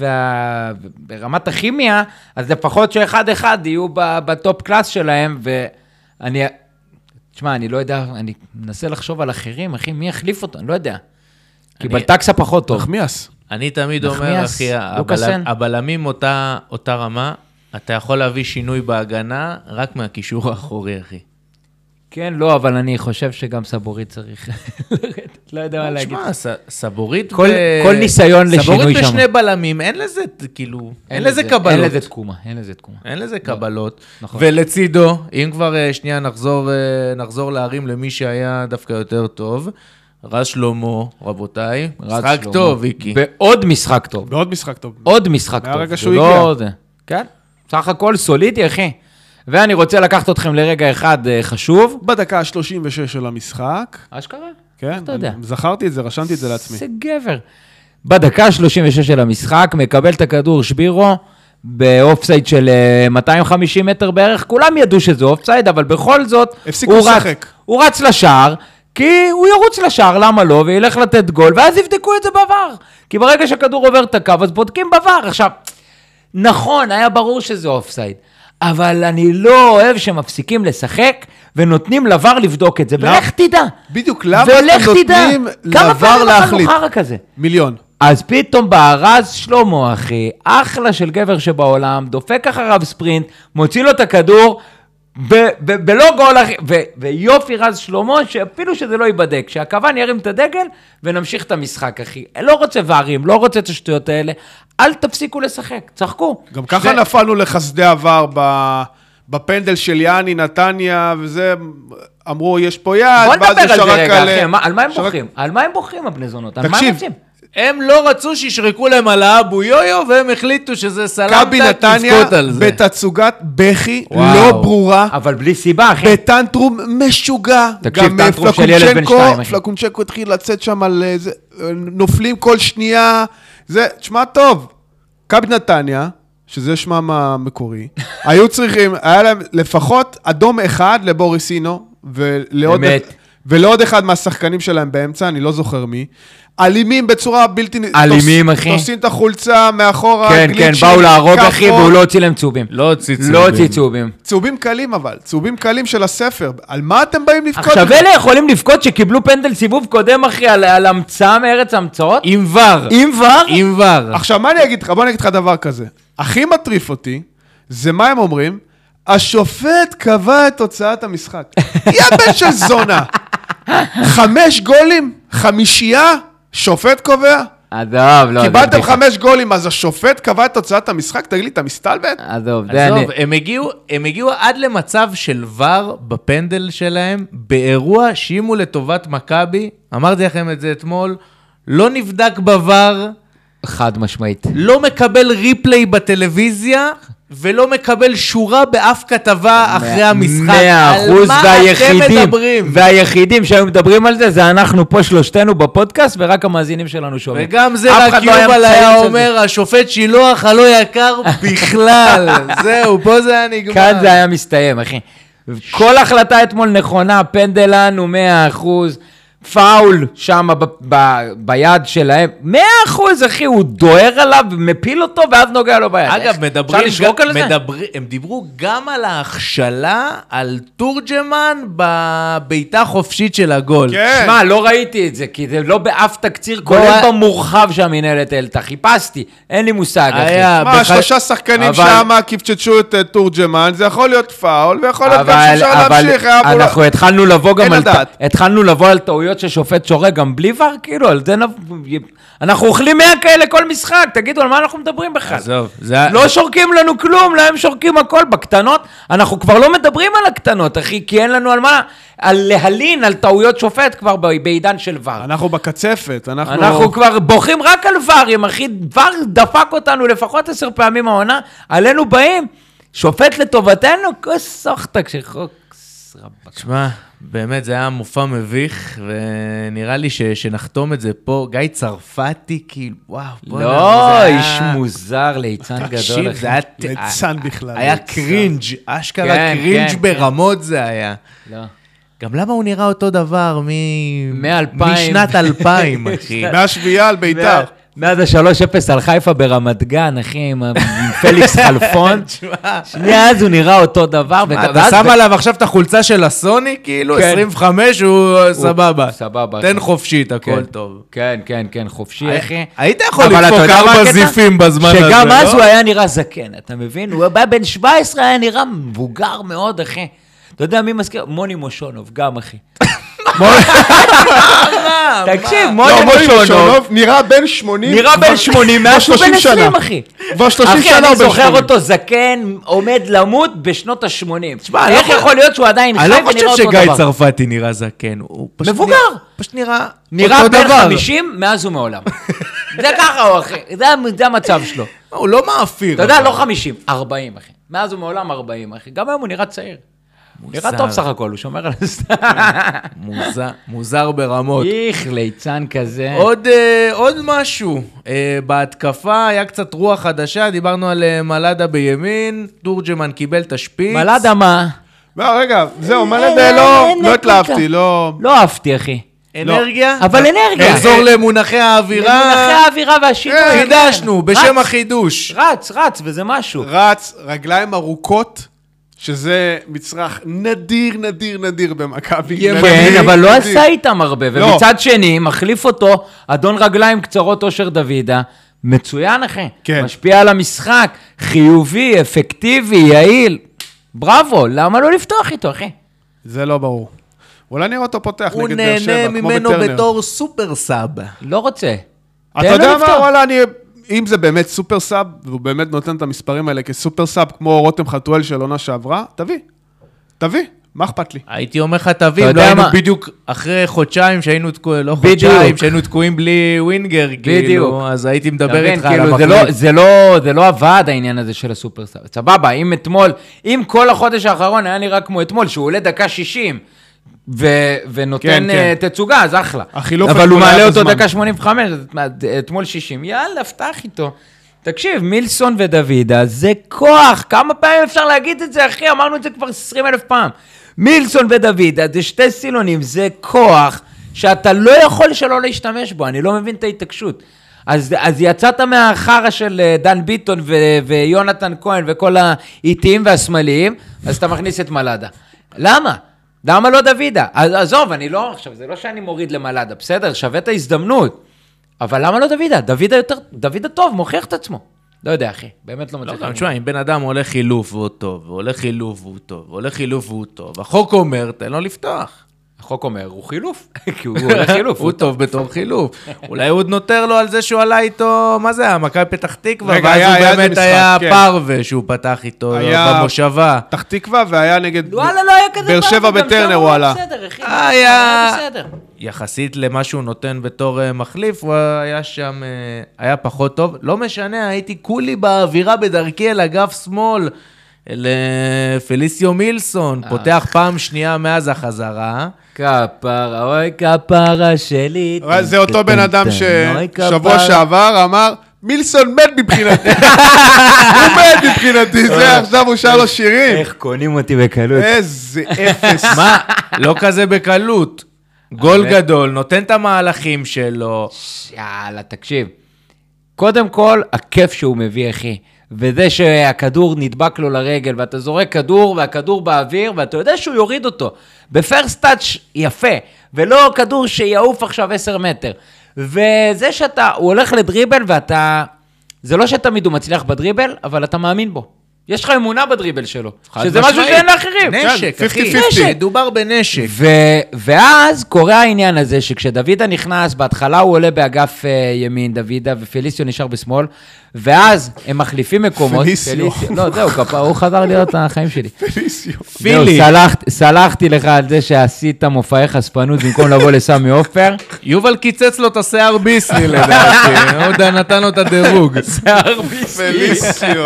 וברמת הכימיה, אז לפחות שאחד אחד יהיו בטופ קלאס שלהם, ואני... תשמע, אני לא יודע, אני מנסה לחשוב על אחרים, אחי, מי יחליף אותו? אני לא יודע. כי בלטקסה פחות טוב. נחמיאס. אני תמיד אומר, אחי, הבלמים אותה רמה, אתה יכול להביא שינוי בהגנה רק מהקישור האחורי, אחי. כן, לא, אבל אני חושב שגם סבורית צריך לרדת. לא יודע מה להגיד. תשמע, סבורית... כל ניסיון לשינוי שם. סבורית בשני בלמים, אין לזה, כאילו, אין לזה קבלות. אין לזה תקומה, אין לזה תקומה. אין לזה קבלות. ולצידו, אם כבר שנייה נחזור להרים למי שהיה דווקא יותר טוב, רז שלמה, רבותיי, משחק טוב, ויקי. בעוד משחק טוב. בעוד משחק טוב. עוד משחק טוב. מהרגע שהוא הגיע. כן, סך הכל סולידי, אחי. ואני רוצה לקחת אתכם לרגע אחד חשוב. בדקה ה-שלושים ושש של המשחק. אשכרה? כן, זכרתי את זה, רשמתי את זה לעצמי. זה גבר. בדקה ה-שלושים ושש של המשחק, מקבל את הכדור שבירו, באופסייד של מאתיים וחמישים מטר בערך, כולם ידעו שזה אופסייד, אבל בכל זאת, הוא רץ, הוא רץ לשער, כי הוא ירוץ לשער, למה לא, וילך לתת גול, ואז יבדקו את זה בעבר. כי ברגע שהכדור עובר את הקו, אז בודקים בעבר. עכשיו, נכון, היה ברור שזה אופסייד, אבל אני לא אוהב שמפסיקים לשחק, ונותנים לבר לבדוק את זה, ולך תדע. בדיוק, למה אתם נותנים לבר להחליט? מיליון. אז פתאום בארז שלמה, אחי, אחלה של גבר שבעולם, דופק אחריו ספרינט, מוציא לו את הכדור, בלא גול, אחי, ויופי רז שלמה, שאפילו שזה לא ייבדק, שהכוון ירים את הדגל, ונמשיך את המשחק, אחי. לא רוצה וערים, לא רוצה את השטויות האלה, אל תפסיקו לשחק, צחקו. גם ככה נפלנו לחסדי עבר בפנדל של יאני, נתניה, וזה, אמרו, יש פה יד, בוא נדבר על זה רגע, אחי, על מה הם בוחרים? על מה הם בוחרים, הבני זונות? על מה הם רוצים? הם לא רצו שישרקו להם על האבו יויו, והם החליטו שזה סלמתק לזכות על זה. בתצוגת בכי לא ברורה. אבל בלי סיבה, אחי. בטנטרום משוגע. תקשיב, טנטרום של ילד בן שתיים, אחי. פלקונצ'נקו התחיל לצאת שם על איזה, נופלים כל שנייה. זה, תשמע טוב, מכבי נתניה, שזה שמם המקורי, היו צריכים, היה להם לפחות אדום אחד לבוריסינו, ולעוד... ולעוד אחד מהשחקנים שלהם באמצע, אני לא זוכר מי, אלימים בצורה בלתי... אלימים, אחי. תוסעים את החולצה מאחורה, כן, כן, באו להרוג, אחי, והוא לא הוציא להם צהובים. לא הוציא צהובים. לא הוציא צהובים. צהובים קלים אבל, צהובים קלים של הספר. על מה אתם באים לבכות? עכשיו אלה יכולים לבכות שקיבלו פנדל סיבוב קודם, אחי, על המצאה מארץ המצאות? עם ור. עם ור? עם ור. עכשיו, מה אני אגיד לך? בוא אני אגיד לך דבר כזה. הכי מטריף אותי, זה מה הם אומרים, השופט קבע את תוצאת המשחק. יא בן של זונה. חמש גולים, חמישייה, שופט קובע. עזוב, לא. קיבלתם חמש גולים, אז השופט קבע את תוצאת המשחק? תגיד לי, אתה מסתלבט? עזוב, זה עזוב, אני... הם הגיעו, הם הגיעו עד למצב של ור בפנדל שלהם, באירוע שימו לטובת מכבי, אמרתי לכם את זה אתמול, לא נבדק בוור, חד משמעית. לא מקבל ריפליי בטלוויזיה, ולא מקבל שורה באף כתבה אחרי המשחק. מאה אחוז, על מה והיחידים, אתם מדברים? והיחידים שהיום מדברים על זה, זה אנחנו פה שלושתנו בפודקאסט, ורק המאזינים שלנו שומעים. וגם זה רק יובל היה אומר, השופט שילוח הלא יקר בכלל. זהו, פה זה היה נגמר. כאן זה היה מסתיים, אחי. כל החלטה אתמול נכונה, פנדלנו מאה אחוז, פאול שם ב- ב- ביד שלהם, מאה אחוז, אחי, הוא דוהר עליו, מפיל אותו, ואז נוגע לו ביד. אגב, מדברים, אפשר לשרוק על זה? מדבר, הם דיברו גם על ההכשלה, על תורג'מן בביתה חופשית של הגול. כן. שמע, לא ראיתי את זה, כי זה לא באף תקציר, כולל בוא- במורחב שהמנהלת העלתה, חיפשתי, אין לי מושג, אחי. היה, מה, בח- שלושה שחקנים אבל- שם קפצ'צ'ו את אה, תורג'מן, זה יכול להיות פאול, ויכול להיות גם אבל, שאפשר אבל להמשיך. היה אמור- אנחנו התחלנו לבוא גם אין על, לדעת. התחלנו לבוא על טעויות ששופט שורק גם בלי ור, כאילו, על זה נב... אנחנו אוכלים מאה כאלה כל משחק, תגידו, על מה אנחנו מדברים בכלל? עזוב, זה... לא שורקים לנו כלום, להם שורקים הכל בקטנות, אנחנו כבר לא מדברים על הקטנות, אחי, כי אין לנו על מה, על להלין, על טעויות שופט כבר ב- בעידן של ור. אנחנו בקצפת, אנחנו... אנחנו כבר בוכים רק על ברים, אחי, ור דפק אותנו לפחות עשר פעמים העונה, עלינו באים, שופט לטובתנו, כוס סוחטק שחוק. תשמע, באמת זה היה מופע מביך, ונראה לי ש, שנחתום את זה פה. גיא צרפתי, כאילו, וואו, בוא נע, לא, זה היה- איש מוזר, ליצן גדול, תקשיב, אחי. זה היה... ליצן בכלל. היה ליצן. קרינג', אשכרה כן, קרינג' כן, ברמות זה היה. לא. גם למה הוא נראה אותו דבר מ... מאלפיים. משנת אלפיים, אחי. מהשביעייה על ביתר. מאז ה-שלוש אפס על חיפה ברמת גן, אחי, עם עם פליקס חלפון. תשמע, שנייה, אז הוא נראה אותו דבר. מה, אתה ואז- שם עליו עכשיו את החולצה של הסוני, כאילו, כן. עשרים וחמש, הוא סבבה. סבבה. תן חופשית, הכל כן. טוב. כן, כן, כן, חופשי, אחי. היית יכול אבל אתה לדפוק יודע מה ארבע הקטע? זיפים בזמן הזה, לא? שגם אז הוא היה נראה זקן, אתה מבין? הוא היה בן שבע עשרה, היה נראה מבוגר מאוד, אחי. אתה יודע מי מזכיר? מוני מושונוב, גם, אחי. תקשיב, מוני לא, מוני מושונוב. מושונוב נראה בן שמונים. נראה כבר- בן שמונים, כבר מאז שהוא בן שלושים שנה. עשרים, אחי. כבר שלושים אחי, שנה אני הוא בן זוכר שמונים. אותו זקן, עומד למות בשנות ה-שמונים. תשמע, אני איך לא- יכול להיות שהוא עדיין חי אני לא ונראה חושב אותו שגיא דבר? צרפתי נראה זקן. הוא פשוט מבוגר. נראה- פשוט נראה נראה אותו בן דבר. חמישים מאז ומעולם. זה ככה הוא, אחי. זה- זה המצב שלו. הוא לא מאפיר. אתה יודע, אבל. לא חמישים, ארבעים, אחי. מאז ומעולם ארבעים, אחי. גם היום הוא נראה צעיר. נראה טוב סך הכל, הוא שומר על הסתם. מוזר, מוזר ברמות. איך, ליצן כזה. עוד, אה, עוד משהו, אה, בהתקפה היה קצת רוח חדשה, דיברנו על אה, מלאדה בימין, תורג'מן קיבל את השפיץ. מלאדה מה? לא, רגע, זהו, אין- מלאדה אין- לא אין לא נקודה. התלהבתי, לא... לא אהבתי, אחי. אנרגיה? אבל אנרגיה. נחזור למונחי האווירה. למונחי האווירה והשינוי. חידשנו, כן. בשם רץ, החידוש. רץ, רץ, וזה משהו. רץ, רגליים ארוכות, שזה מצרך נדיר, נדיר, נדיר במכבי. כן, נדיר, כן, אבל לא נדיר. עשה איתם הרבה. לא. ומצד שני, מחליף אותו, אדון רגליים קצרות אושר דוידה, מצוין, אחי. כן. משפיע על המשחק, חיובי, אפקטיבי, יעיל. בראבו, למה לא לפתוח איתו, אחי? זה לא ברור. אולי נראה אותו פותח הוא נגד באר שבע, נהנה כמו ממנו בטרנר. בתור סופר סאב. לא רוצה. אתה תן לו יודע מה, לפתוח. וואלה, אני... אם זה באמת סופר סאב, והוא באמת נותן את המספרים האלה כסופר סאב, כמו רותם חתואל של עונה שעברה, תביא. תביא, מה אכפת לי? הייתי אומר לך תביא, אתה לא יודע היינו מה? בדיוק אחרי חודשיים שהיינו תקועים, לא בדיוק. חודשיים, שהיינו תקועים בלי ווינגר, בדיוק. כאילו, אז הייתי מדבר אתה מבין, איתך על כאילו, זה המחליף. לא, זה לא, זה לא עבד העניין הזה של הסופר סאב. סבבה, אם אתמול, אם כל החודש האחרון היה נראה כמו אתמול, שהוא עולה דקה שישים, ו- ונותן כן, כן. uh, תצוגה, אז אחלה. החילוף אבל הוא אתמול היה מעלה אותו בזמן. דקה שמונים וחמש, אז מה, אתמול שישים, יאללה, פתח איתו. תקשיב, מילסון ודוידה, זה כוח. כמה פעמים אפשר להגיד את זה, אחי? אמרנו את זה כבר עשרים אלף פעם. מילסון ודוידה, זה שתי סילונים, זה כוח שאתה לא יכול שלא להשתמש בו. אני לא מבין את ההתעקשות. אז, אז יצאת מהחרה של אה, דן ביטון ו- ויונתן כהן וכל האיטיים והשמאליים, אז אתה מכניס את מלאדה. למה? למה לא דוידה? אז עזוב, אני לא, עכשיו, זה לא שאני מוריד למלאדה, בסדר, שווה את ההזדמנות. אבל למה לא דוידה? דוידה יותר, דוידה טוב, מוכיח את עצמו. לא יודע, אחי, באמת לא לא, מצליח. גם תשמע, אם בן אדם הולך חילוף והוא טוב, והולך חילוף והוא טוב, והולך חילוף והוא טוב, החוק אומר, תן לו לפתוח. החוק אומר, הוא חילוף, כי הוא הולך חילוף. הוא טוב בתור חילוף. אולי הוא עוד נותר לו על זה שהוא עלה איתו, מה זה, מכבי פתח תקווה, רגע, ואז היה- הוא היה איזה באמת משחק, היה כן. פרווה שהוא פתח איתו היה- במושבה. פתח תקווה, והיה נגד... וואלה, לא היה כזה באר שבע פעם, גם בטרנר שם הוא עלה. בסדר, אחי. היה- היה בסדר. יחסית למה שהוא נותן בתור אה, מחליף, הוא היה שם, אה, היה פחות טוב. לא משנה, הייתי כולי באווירה בדרכי אל אגף שמאל, לפליסיו מילסון, פותח פעם שנייה מאז החזרה. כפרה, אוי כפרה שלי. זה אותו בן אדם אוי, ששבוע כפרה. שעבר אמר, מילסון מת מבחינתי. הוא מת מבחינתי, זה עכשיו הוא שר לו שירים. איך קונים אותי בקלות. איזה אפס. מה? לא כזה בקלות. גול גדול, נותן את המהלכים שלו. יאללה, תקשיב. קודם כל, הכיף שהוא מביא, אחי. וזה שהכדור נדבק לו לרגל, ואתה זורק כדור, והכדור באוויר, ואתה יודע שהוא יוריד אותו. בפרסט טאץ' יפה, ולא כדור שיעוף עכשיו עשר מטר. וזה שאתה, הוא הולך לדריבל, ואתה, זה לא שתמיד הוא מצליח בדריבל, אבל אתה מאמין בו. יש לך אמונה בדריבל שלו, שזה משהו שאין לאחרים. נשק, כן, אחי. חמישים חמישים. מדובר בנשק. ו- ואז קורה העניין הזה, שכשדוידה נכנס, בהתחלה הוא עולה באגף uh, ימין, דוידה, ופליסיו נשאר בשמאל, ואז הם מחליפים מקומות. פליסיו. לא, זהו, כפה, הוא חזר להיות החיים שלי. פליסיו. זהו, פילי. סלחת- סלחתי לך על זה שעשית מופעי חשפנות במקום לבוא לסמי עופר. יובל קיצץ לו את השיער ביסלי לדעתי, עוד נתן לו את הדירוג. פליסיו.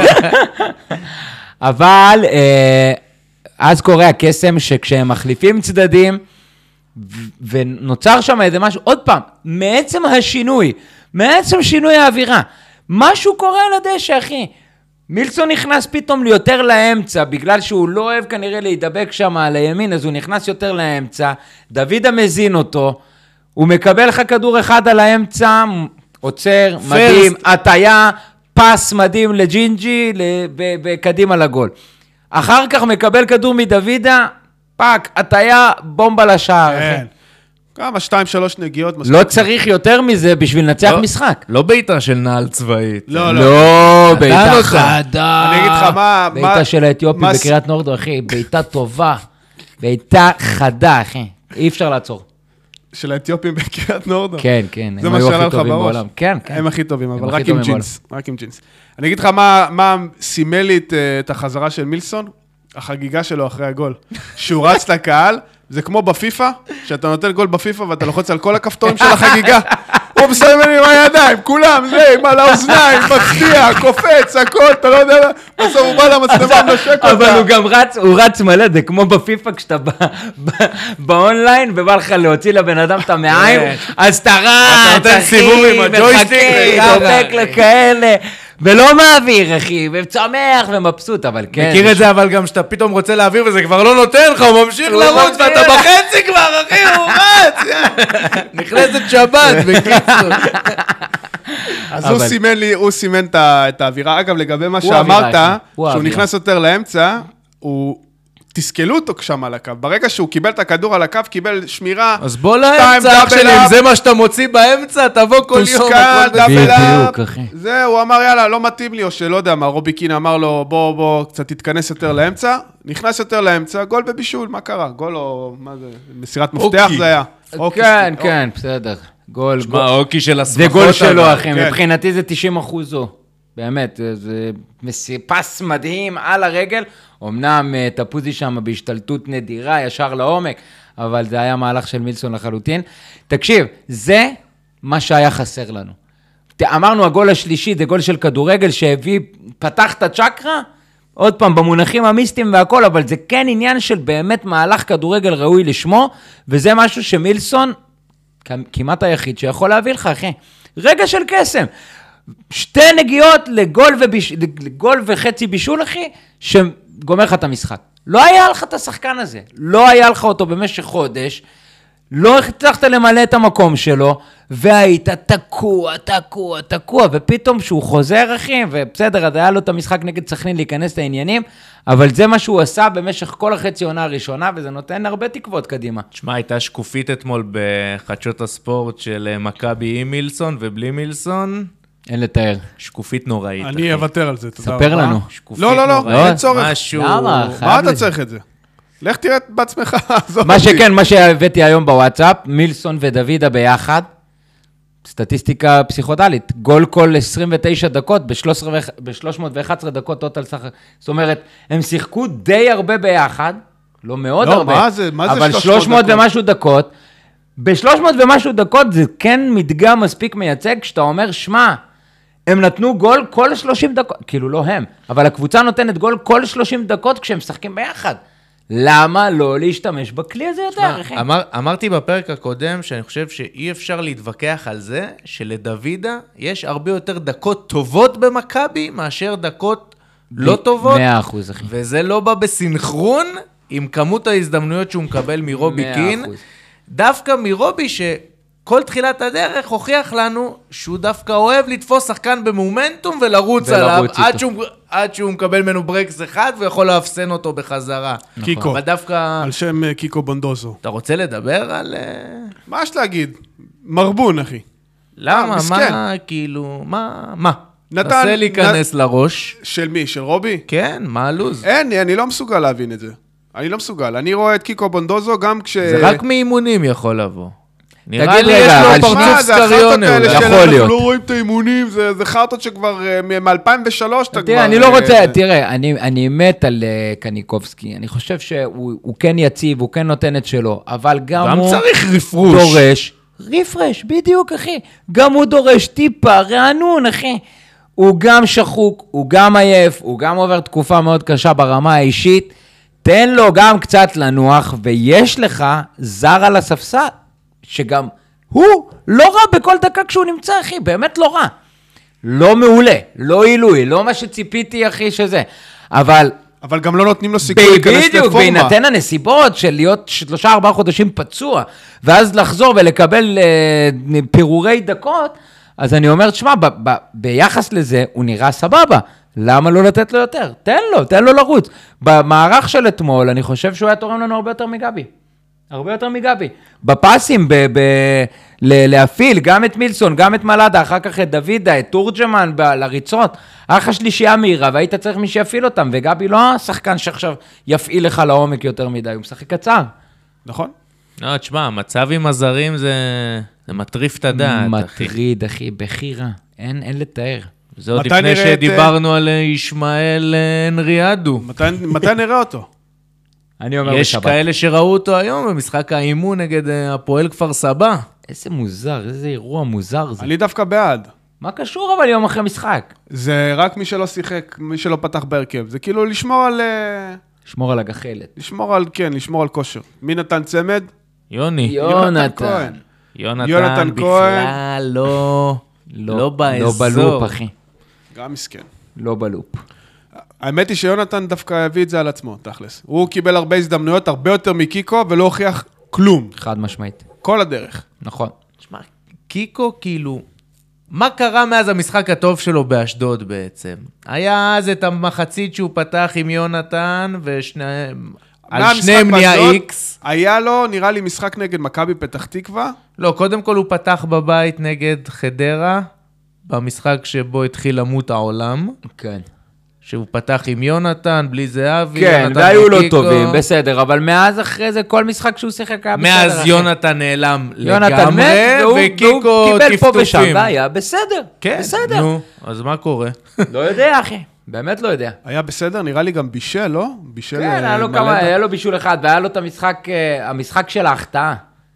אבל אה, אז קורה הקסם שכשהם מחליפים צדדים, ו- ונוצר שם איזה משהו, עוד פעם, מעצם השינוי, מעצם שינוי האווירה, משהו קורה על הדשא, אחי. מילסון נכנס פתאום יותר לאמצע, בגלל שהוא לא אוהב כנראה להידבק שם על הימין, אז הוא נכנס יותר לאמצע, דוידה מזין אותו, הוא מקבל לך כדור אחד על האמצע, עוצר, מדהים, הטיה, פס מדהים לג'ינג'י, וקדימה לגול. אחר כך מקבל כדור מדוידה, פאק, הטיה, בומבה לשער. כן. כמה, שתיים, שלוש נגיעות. לא צריך יותר מזה בשביל לנצח משחק. לא בעיטה של נעל צבאית. לא, לא. לא, בעיטה אותה. חדה. אני אגיד לך מה... בעיטה מה- של האתיופים מה- בקריית נורדו, אחי, בעיטה טובה. בעיטה חדה, אחי. אי אפשר לעצור. של האתיופים בקריית נורדו. כן, כן, זה הם מה היו שעלה הכי לך טובים בראש. בעולם. כן, כן. הם הכי טובים, אבל הכי רק עם טובים ג'ינס. רק עם ג'ינס. אני אגיד לך מה, מה סימל לי את, אה, את החזרה של מילסון, החגיגה שלו אחרי הגול. שהוא רץ לקהל, זה כמו בפיפה, שאתה נותן גול בפיפה ואתה לוחץ על כל הכפתורים של החגיגה. הוא מסיים עם הידיים, כולם, זה, עם על האוזניים, מצביע, קופץ, הכל, אתה לא יודע, בסוף הוא בא למצלמה, נושק אותה. אבל הוא גם רץ, הוא רץ מלא, זה כמו בפיפה כשאתה בא- בא- באונליין ובא לך להוציא לבן אדם את המעיים, אז אתה רץ, נותן אחי, סיבוב עם הג'ויסטיק מחכה, וככה. דופק לכאלה, ולא מעביר, אחי, וצומח ומבסוט, אבל כן. מכיר את זה, אבל גם שאתה פתאום רוצה להעביר וזה כבר לא נותן לך, הוא ממשיך הוא לרוץ ממשיך. ואתה בחצי כבר, אחי, הוא רץ. נכנסת שבת, בקיצור. אז הוא אבל- סימן לי, הוא סימן את ה- את האווירה. אגב, לגבי מה הוא האווירה, שאמרת, אחי. הוא שהוא האווירה. נכנס יותר לאמצע, הוא... תסכלו אותו שם על הקו. ברגע שהוא קיבל את הכדור על הקו, קיבל שמירה. אז בוא שתיים, לאמצע, אח דאבל שלי, אם אפ. זה מה שאתה מוציא באמצע, תבוא כל יום. תוסכל, הכל בסדר. דאבל בדיוק, אפ. אחי. זה, הוא אמר, יאללה, לא מתאים לי, או שלא יודע מה, רובי קין אמר לו, בוא, בוא, קצת תתכנס יותר לאמצע. נכנס יותר לאמצע, גול בבישול, מה קרה? גול או, מה זה, מסירת מפתח אוקי. זה היה. אוקי, כן, אוקי. כן, בסדר. גול, מה, אוקי של זה הסמכות. גול שלו, אבל. אחי, כן. מבחינתי זה תשעים אחוז זו. באמת, זה מס- פס מדהים על הרגל. אמנם אה, תפוזי שם בהשתלטות נדירה, ישר לעומק, אבל זה היה מהלך של מילסון לחלוטין. תקשיב, זה מה שהיה חסר לנו. ת- אמרנו, הגול השלישי זה גול של כדורגל שהביא, פתח את הצ'קרה, עוד פעם, במונחים המיסטיים והכל, אבל זה כן עניין של באמת מהלך כדורגל ראוי לשמו, וזה משהו שמילסון, כמעט היחיד שיכול להביא לך, אחי. רגע של קסם. שתי נגיעות לגול, וביש... לגול וחצי בישול, אחי, שגומר לך את המשחק. לא היה לך את השחקן הזה. לא היה לך אותו במשך חודש. לא הצלחת למלא את המקום שלו, והיית תקוע, תקוע, תקוע, ופתאום שהוא חוזר, אחי, ובסדר, אז היה לו את המשחק נגד סכנין להיכנס לעניינים, אבל זה מה שהוא עשה במשך כל החצי עונה הראשונה, וזה נותן הרבה תקוות קדימה. תשמע, הייתה שקופית אתמול בחדשות הספורט של מכבי עם מילסון ובלי מילסון. אין לתאר. שקופית נוראית. אני אוותר על זה, תודה רבה. ספר לנו. שקופית לא, לא, לא, נוראית. אין צורך. משהו... למה? מה אתה צריך את זה? לך תראה בעצמך. מה שכן, מה שהבאתי היום בוואטסאפ, מילסון ודוידה ביחד, סטטיסטיקה פסיכודלית, גול כל עשרים ותשע דקות, ב-שלוש מאות ואחת עשרה דקות טוטל סך. זאת אומרת, הם שיחקו די הרבה ביחד, לא מאוד לא, הרבה, מה זה, מה זה אבל שלוש מאות שלוש מאות ומשהו דקות, ב-שלוש מאות ומשהו דקות זה כן מדגם מספיק מייצג, כשאתה אומר, שמה, הם נתנו גול כל שלושים דקות, כאילו לא הם, אבל הקבוצה נותנת גול כל שלושים דקות כשהם משחקים ביחד. למה לא להשתמש בכלי הזה יותר, אחי? אמר, אמרתי בפרק הקודם שאני חושב שאי אפשר להתווכח על זה שלדוידה יש הרבה יותר דקות טובות במכבי מאשר דקות לא טובות. מאה אחוז, אחי. וזה לא בא בסינכרון עם כמות ההזדמנויות שהוא מקבל מרובי מאה קין. אחוז. דווקא מרובי שכל תחילת הדרך הוכיח לנו שהוא דווקא אוהב לתפוס שחקן במומנטום ולרוץ עליו עד שהוא, עד שהוא מקבל ממנו ברקס אחד ויכול להפסן אותו בחזרה. קיקו. אבל דווקא... על שם אה, קיקו בונדוזו. אתה רוצה לדבר על... אה, מה יש להגיד? מרבון, אחי. למה? מסכן. מה, כאילו, מה? מה? נתן- נסה להיכנס לראש. של מי? של רובי? כן, מה הלוז? אין, אני לא מסוגל להבין את זה. אני לא מסוגל. אני רואה את קיקו בונדוזו גם כש... זה רק מאימונים יכול לבוא. נראה תגיד לי רגע, יש על לו שמע, פרצוף זה החרטות סקריון. האלה אולי. יכול של אנחנו להיות. לא רואים את האימונים, זה זה חרטות שכבר אה, מ-אלפיים ושלוש אתה כבר... תראה, אני לא אה, רוצה, תראה, אני, אני מת על אה, קניקובסקי, אני חושב שהוא הוא כן יציב, הוא כן נותן את שלו, אבל גם, גם הוא צריך רפרוש. דורש, רפרש, בדיוק אחי, גם הוא דורש טיפה, רענון אחי, הוא גם שחוק, הוא גם עייף, הוא גם עובר תקופה מאוד קשה ברמה האישית, תן לו גם קצת לנוח, ויש לך זר על הספסל, שגם הוא לא רע בכל דקה כשהוא נמצא אחי, באמת לא רע. לא מעולה, לא עילוי, לא מה שציפיתי אחי שזה, אבל אבל גם לא נותנים לו סיכוי להיכנס לפורמה. בדיוק, בהינתן הנסיבות של להיות שלושה ארבעה חודשים פצוע, ואז לחזור ולקבל אה, פירורי דקות, אז אני אומר, תשמע, ב- ב- ביחס לזה הוא נראה סבבה, למה לא לתת לו יותר? תן לו, תן לו לרוץ. במערך של אתמול, אני חושב שהוא היה תורם לנו הרבה יותר מגבי. הרבה יותר מגבי. בפסים, ב- ב- ל- להפיל גם את מילסון, גם את מלאדה, אחר כך את דוידה, את תורג'מן ב- לריצות. אך השלישייה מהירה, והיית צריך מי שיפעיל אותם, וגבי לא השחקן שעכשיו יפעיל לך לעומק יותר מדי, הוא משחק קצר. נכון? לא, תשמע, המצב עם הזרים זה, זה מטריף את הדעת, אחי. מטריד, אחי, בחירה. אין, אין לתאר. זה עוד מתי לפני נראה את, שדיברנו על ישמעאל אנריאדו. מתי, מתי נראה אותו? אני אומר יש בשבת. כאלה שראו אותו היום במשחק האימון נגד אה, הפועל כפר סבא. איזה מוזר, איזה אירוע מוזר זה. אני דווקא בעד. מה קשור אבל יום אחרי משחק? זה רק מי שלא שיחק, מי שלא פתח בהרכב. זה כאילו לשמור על... אה, שמור על הגחלת. לשמור על, כן, לשמור על כושר. מי נתן צמד? יוני. יונתן. כהן. יונתן, יונתן בכלל לא, לא באזור. לא בלופ, אחי. גם מסכן. לא בלופ. האמת היא שיונתן דווקא הביא את זה על עצמו, תכלס. הוא קיבל הרבה הזדמנויות, הרבה יותר מקיקו, ולא הוכיח כלום. חד משמעית. כל הדרך. נכון. תשמע, קיקו כאילו, מה קרה מאז המשחק הטוב שלו באשדוד בעצם? היה אז את המחצית שהוא פתח עם יונתן, ושניהם, על מהמשחק שניהם נהיה באשדוד, איקס. היה לו, נראה לי, משחק נגד מכבי פתח תקווה. לא, קודם כל הוא פתח בבית נגד חדרה, במשחק שבו התחיל למות העולם. כן. שהוא פתח עם יונתן, בלי זהבי. כן, יונתן והיו לו וקיקו. טובים, בסדר, אבל מאז אחרי זה, כל משחק שהוא שיחק היה בסדר. מאז אחי. יונתן נעלם יונתן לגמרי, מת, והוא, וקיקו והוא קיבל פה ושם, טפטופים. והיה בסדר, כן, בסדר. נו, אז מה קורה? לא יודע, אחי, באמת לא יודע. היה בסדר, נראה לי גם בישל, לא? בישל... כן, אה, היה לו מלא כמה, דקות. היה לו בישול אחד, והיה לו את המשחק, אה, המשחק של ההחטאה.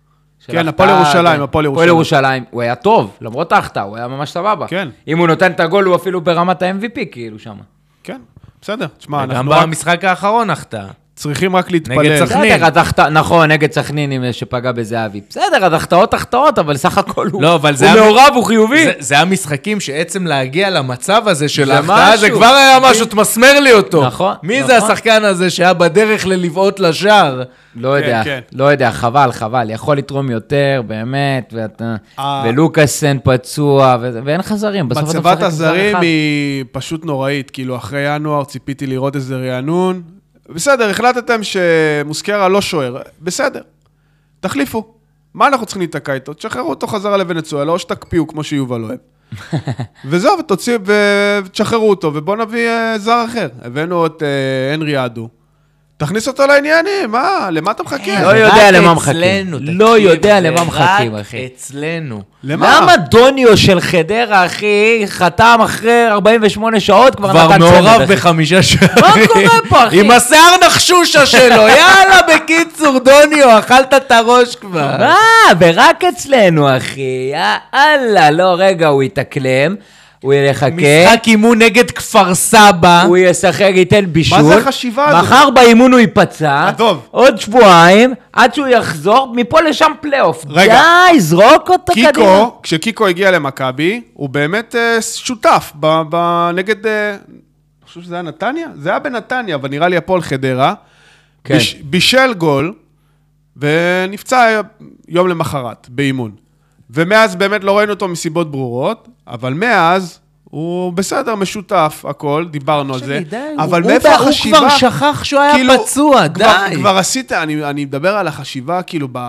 של כן, ההחטאה, הפועל ירושלים, כן. הפועל הפועל ירושלים. ירושלים, הוא היה טוב, למרות ההחטאה, הוא היה ממש סבבה. כן. אם הוא נותן את הגול, הוא אפילו ברמת ה-אם וי פי, כאילו, שם. כן, בסדר. תשמע, וגם אנחנו רק במשחק האחרון החטאה. צריכים רק להתפלל. נגד סכנין. בסדר, אז החטא, נכון, נגד סכנין עם- שפגע בזהבי. בסדר, אז החטאות החטאות, אבל סך הכל הוא לא, אבל זה הוא היה- מעורב, הוא חיובי. זה, זה המשחקים שעצם להגיע למצב הזה של זה ההחטאה, זה משהו. כבר היה משהו, תמסמר לי אותו. נכון, מי זה נכון. השחקן הזה שהיה בדרך ללבעוט לשער? לא יודע, כן. לא יודע, חבל, חבל, יכול לתרום יותר, באמת, ואתה, אה. ולוקאסן פצוע, ו- ואין חזרים, בסוף אתה מצבת משחק עם זר הזרים אחד. היא פשוט נוראית, כאילו אחרי ינואר ציפיתי לראות איזה רענון. בסדר, החלטתם שמוסקרה לא שוער, בסדר, תחליפו. מה אנחנו צריכים להתקע איתו? תשחררו אותו חזרה לוונצואלה, או שתקפיאו כמו שיובל אוהב. וזהו, ותוציאו, ותשחררו אותו, ובואו נביא זר אחר. הבאנו את הנרי אדו. תכניס אותו לעניינים, מה? למה אתה מחכים? לא יודע למה מחכים. לא יודע למה מחכים, אחי. רק אצלנו. למה? למה דוניו של חדרה, אחי, חתם אחרי ארבעים ושמונה שעות, כבר נתן צמד, כבר מעורב בחמישה שערים. מה קורה פה, אחי? עם השיער נחשושה שלו, יאללה, בקיצור, דוניו, אכלת את הראש כבר. מה? ורק אצלנו, אחי. יאללה, לא, רגע, הוא יתאקלם. הוא יחכה. משחק אימון נגד כפר סבא. הוא ישחק, ייתן בישול. מה זה החשיבה הזאת? מחר באימון הוא ייפצע. עזוב. עוד שבועיים, עד שהוא יחזור, מפה לשם פלייאוף. רגע. די, זרוק אותו קדימה. קיקו, כשקיקו הגיע למכבי, הוא באמת uh, שותף ב- ב- נגד, uh, אני חושב שזה היה נתניה? זה היה בנתניה, אבל נראה לי הפועל חדרה. כן. ביש, בישל גול, ונפצע יום למחרת, באימון. ומאז באמת לא ראינו אותו מסיבות ברורות, אבל מאז הוא בסדר, משותף, הכל, דיברנו על זה. די, אבל הוא, מאיפה הוא החשיבה? כבר שכח שהוא היה כאילו, פצוע, כבר, די. כבר עשית, אני, אני מדבר על החשיבה כאילו ב...